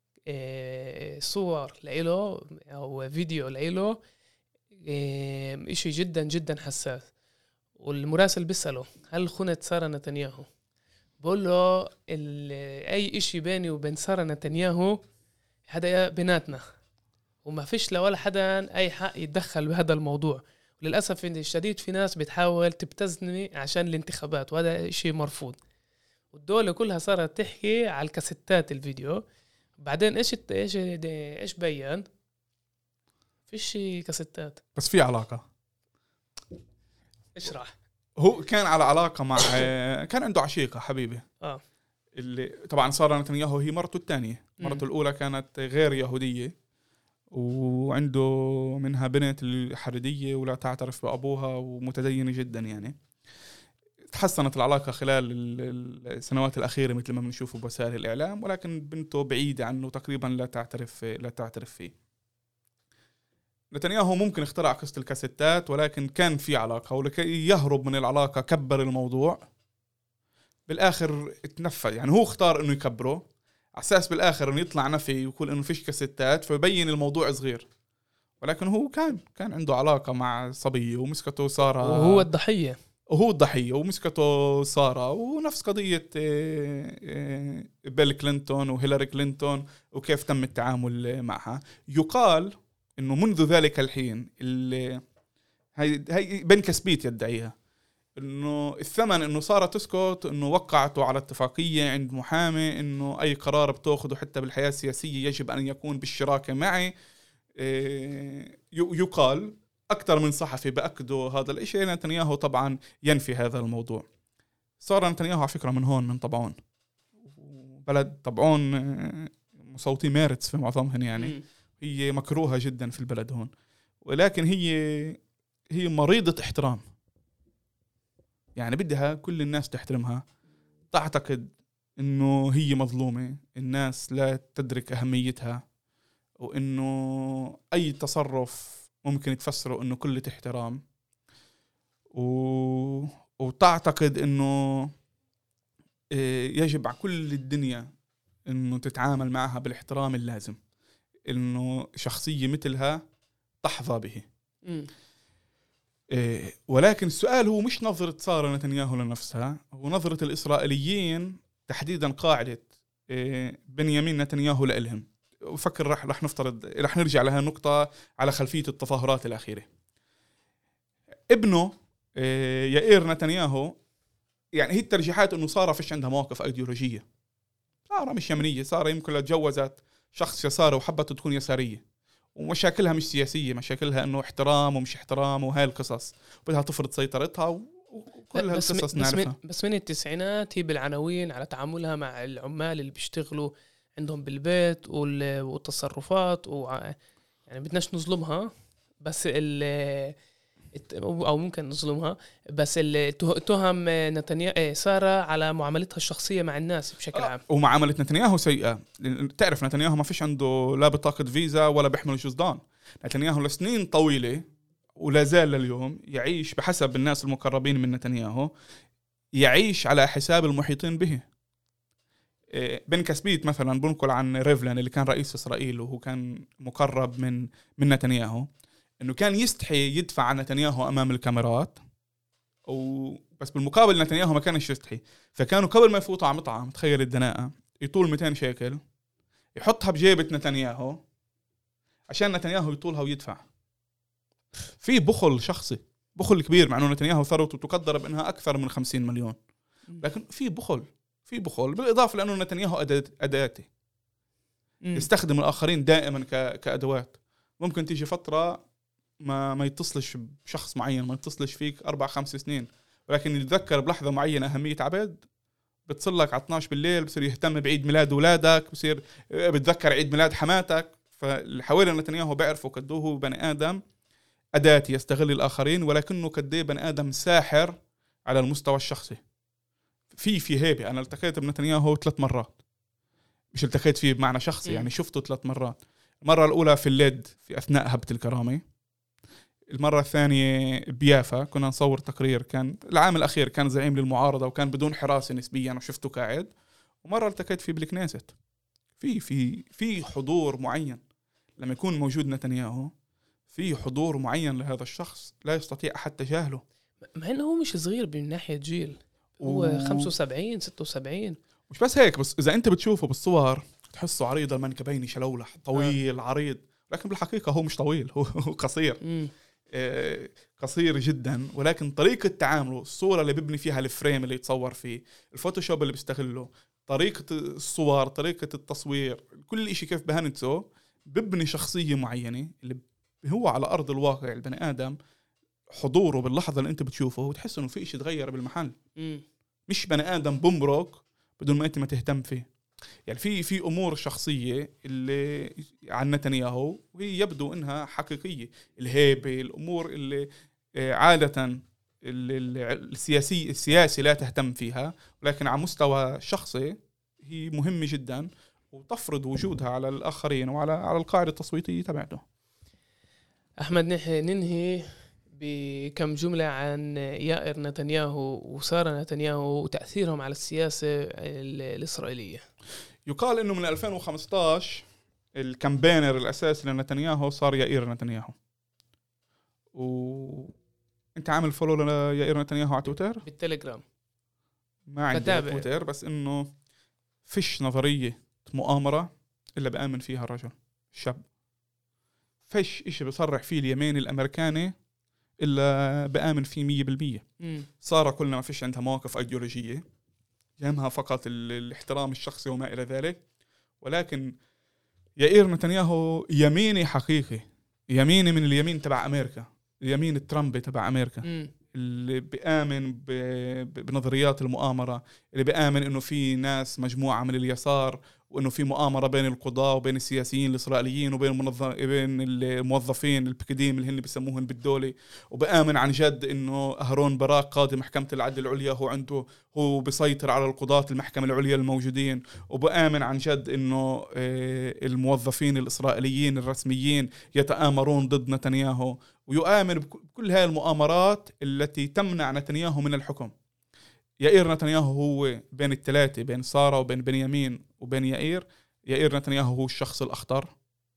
صور لإله أو فيديو لإله إشي جدا جدا حساس. والمراسل بيسأله هل خنت سارة نتنياهو؟ بقول له أي إشي بيني وبين سارة نتنياهو هذا بيناتنا، وما فيش لولا حدا أي حق يتدخل بهذا الموضوع. وللأسف الشديد في ناس بتحاول تبتزني عشان الانتخابات، وهذا إشي مرفوض. والدولة كلها صارت تحكي على الكاسيتات الفيديو. بعدين إيش بيان؟ فيش كاسيتات، بس في علاقة. اشرح. هو كان على علاقة مع كان عنده عشيقة حبيبة اللي طبعا سارة نتنياهو هي مرته الثانية. مرته الأولى كانت غير يهودية وعنده منها بنت الحردية ولا تعترف بأبوها ومتدينة جدا يعني. تحسنت العلاقة خلال السنوات الأخيرة مثل ما بنشوفه بوسائل الإعلام، ولكن بنته بعيدة عنه تقريبا لا تعترف فيه. نتنياهو ممكن اخترع قصة الكاسيتات، ولكن كان في علاقة، ولكي يهرب من العلاقة كبر الموضوع. بالآخر اتنفى، يعني هو اختار انه يكبره على اساس بالآخر انه يطلع نفي ويقول انه فيش كاسيتات، فيبين الموضوع صغير. ولكن هو كان عنده علاقة مع صبية ومسكته سارة، وهو الضحية ومسكته سارة. ونفس قضية بيل كلينتون وهيلاري كلينتون وكيف تم التعامل معها. يقال انه منذ ذلك الحين هي بن كسبيت يدعيها انه الثمن انه سارة تسكت، انه وقعته على اتفاقية عند محامي انه اي قرار بتاخده حتى بالحياة السياسية يجب ان يكون بالشراكة معي. يقال اكثر من صحفي باكدوا هذا الاشي. نتنياهو طبعا ينفي هذا الموضوع. سارة نتنياهو على فكرة من هون، من طبعون، بلد طبعون مصوتي ميرتس في معظمهم يعني. هي مكروهة جدا في البلد هون، ولكن هي مريضة احترام، يعني بدها كل الناس تحترمها. تعتقد انه هي مظلومة، الناس لا تدرك اهميتها، وانه اي تصرف ممكن يتفسره انه كل احترام، وتعتقد انه يجب على كل الدنيا انه تتعامل معها بالاحترام اللازم، انه شخصية مثلها تحظى به. ولكن السؤال هو مش نظرة سارة نتنياهو لنفسها، هو نظرة الإسرائيليين تحديدا قاعدة بنيامين نتنياهو لإلهم. وفكر رح نفترض رح نرجع لها النقطة على خلفية التظاهرات الأخيرة. ابنه يائير نتنياهو، يعني هي الترجيحات انه سارة فيش عندها مواقف ايديولوجية. سارة مش يمنية، سارة يمكن لو تجوزت شخص يساري وحبت تكون يسارية، ومشاكلها مش سياسية، مشاكلها انه احترام ومش احترام وهاي القصص، بدها تفرض سيطرتها وكل هالقصص نعرفها. بس من التسعينات هي بالعناوين على تعاملها مع العمال اللي بيشتغلوا عندهم بالبيت والتصرفات يعني بدناش نظلمها، بس او ممكن نظلمها، بس التهم نتنياهو سارة على معاملتها الشخصية مع الناس بشكل عام. ومعاملة نتنياهو سيئة. تعرف نتنياهو ما فيش عنده لا بطاقة فيزا ولا بيحمل جزدان. نتنياهو لسنين طويلة ولا زال لليوم يعيش بحسب الناس المقربين من نتنياهو، يعيش على حساب المحيطين به. بن كسبيت مثلا بنقل عن ريفلان اللي كان رئيس إسرائيل وهو كان مقرب من نتنياهو، انه كان يستحي يدفع عن نتنياهو امام الكاميرات، بس بالمقابل نتنياهو ما كانش يستحي. فكانوا قبل ما يفوتوا على مطعم، تخيل الدناءة، يطول 200 شيكل يحطها بجيبة نتنياهو عشان نتنياهو يطولها ويدفع. في بخل شخصي، بخل كبير، مع انه نتنياهو ثروته تقدر بانها اكثر من 50 مليون، لكن في بخل بالاضافة لانه نتنياهو اداتي يستخدم الاخرين دائما كادوات. ممكن تيجي فترة ما يتصلش بشخص معين، ما يتصلش فيك 4-5 سنين، ولكن يتذكر بلحظة معينة أهمية عبد، بتصلك على 12 بالليل، بصير يهتم بعيد ميلاد أولادك، بصير بتذكر عيد ميلاد حماتك. فالحوالي نتنياهو بيعرفوا كدوه بني آدم أداة يستغل الآخرين، ولكنه كديه بني آدم ساحر على المستوى الشخصي. في هيبة. أنا التقيت بنتنياهو 3 مرات، مش التقيت فيه بمعنى شخصي، يعني شفته 3 مرات. المرة الأولى في الليد في أثناء هبة الكرامة، المرة الثانية بيافا كنا نصور تقرير، كان العام الأخير كان زعيم للمعارضة وكان بدون حراسة نسبيا وشفته قاعد. ومرة التقيت فيه بالكنيست. في حضور معين لما يكون موجود نتنياهو، في حضور معين لهذا الشخص لا يستطيع أحد تجاهله، مع إنه هو مش صغير من ناحية جيل، هو 75 76. مش بس هيك، بس إذا أنت بتشوفه بالصور تحسه عريض المنكبين شلولح طويل عريض، لكن بالحقيقة هو مش طويل، هو قصير. قصير جدا، ولكن طريقة تعامله، الصورة اللي بيبني فيها، الفريم اللي يتصور فيه، الفوتوشوب اللي بيستغله، طريقة الصور، طريقة التصوير، كل إشي كيف بهنته ببني شخصية معينة اللي هو على أرض الواقع البني آدم حضوره باللحظة اللي أنت بتشوفه وتحس إنه في إشي تغير بالمحل. مش بني آدم بمرق بدون ما أنت ما تهتم فيه. يعني في أمور شخصية اللي عن نتنياهو وهي يبدو إنها حقيقية، الهيبة، الأمور اللي عادة السياسي لا تهتم فيها، ولكن على مستوى شخصي هي مهمة جدا وتفرض وجودها على الآخرين وعلى القاعدة التصويتية تبعته. أحمد، ننهي بكم جملة عن يائر نتنياهو وسارة نتنياهو وتأثيرهم على السياسة الإسرائيلية. يقال إنه من 2015 الكامبينر الأساسي لنتنياهو صار يائير نتنياهو. وأنت عامل فولو ليائير نتنياهو على تويتر؟ بالتليجرام. ما عندي تويتر، بس إنه فيش نظرية مؤامرة إلا بآمن فيها الرجل الشاب. فيش إشي بصرح فيه اليمين الأمريكاني إلا بآمن فيه 100%. صار كلنا ما فيش عندها مواقف أيديولوجية، يهمها فقط الاحترام الشخصي وما إلى ذلك. ولكن يائير نتنياهو يميني حقيقي، يميني من اليمين تبع أمريكا، اليمين الترامبي تبع أمريكا، اللي بيآمن بنظريات المؤامرة، اللي بيآمن إنه في ناس مجموعة من اليسار، وإنه في مؤامرة بين القضاة وبين السياسيين الإسرائيليين وبين بين الموظفين البكديم اللي هن بيسموهن بالدولة. وبآمن عن جد إنه أهرون باراك قاضي محكمة العدل العليا هو بيسيطر على القضاة المحكمة العليا الموجودين. وبآمن عن جد إنه الموظفين الإسرائيليين الرسميين يتآمرون ضد نتنياهو، ويؤمن بكل هاي المؤامرات التي تمنع نتنياهو من الحكم. يائير نتنياهو هو بين الثلاثة، بين سارة وبين بنيامين وبين يائير نتنياهو هو الشخص الأخطر.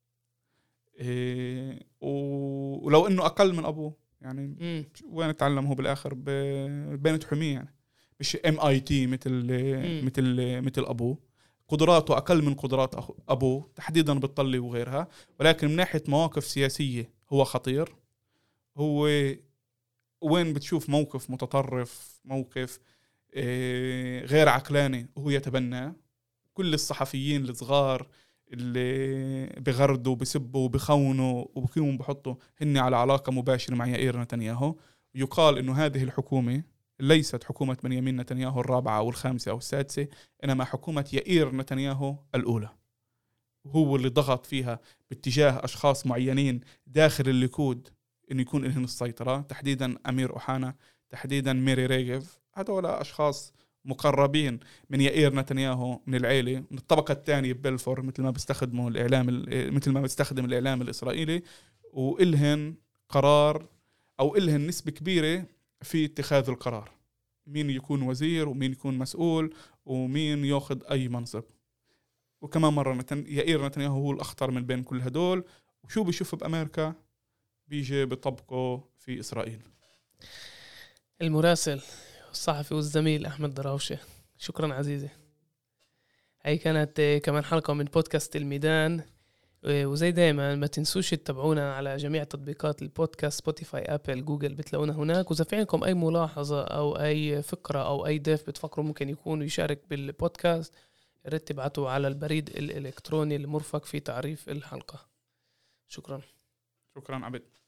ولو إنه أقل من أبوه، يعني وين تعلم هو بالآخر؟ بين تحميه، يعني مش MIT مثل أبوه. قدراته أقل من قدرات أبوه تحديدا بالطلي وغيرها، ولكن من ناحية مواقف سياسية هو خطير. هو وين بتشوف موقف متطرف، موقف غير عقلاني وهو يتبناه. كل الصحفيين الصغار اللي بغردوا بسبوا وبخونوا وبكيهم بحطوا هن على علاقة مباشرة مع يائير نتنياهو. يقال إنه هذه الحكومة ليست حكومة بنيامين نتنياهو الرابعة أو الخامسة أو السادسة، إنما حكومة يائير نتنياهو الأولى. وهو اللي ضغط فيها باتجاه أشخاص معينين داخل الليكود إنه يكون لهم السيطرة، تحديدا أمير أوحانا، تحديدا ميري ريغيف. هذول أشخاص مقربين من يائير نتنياهو، من العيلة، من الطبقة الثانية ببلفور، مثل ما بيستخدم الإعلام الإسرائيلي. وإلهن قرار أو إلهن نسبة كبيرة في اتخاذ القرار، مين يكون وزير ومين يكون مسؤول ومين يأخذ أي منصب. وكمان مرة يائير نتنياهو هو الأخطر من بين كل هدول. وشو بيشوف بأمريكا بيجي بطبقه في إسرائيل. المراسل الصحفي والزميل أحمد دراوشة، شكرا عزيزي. هاي كانت كمان حلقة من بودكاست الميدان. وزي دايما ما تنسوش تتابعونا على جميع تطبيقات البودكاست، سبوتيفاي، أبل، جوجل، بتلاقونا هناك. وإذا في عندكم أي ملاحظة أو أي فكرة أو أي ضيف بتفكروا ممكن يكون يشارك بالبودكاست، ريت تبعتوا على البريد الإلكتروني المرفق في تعريف الحلقة. شكرا عبد.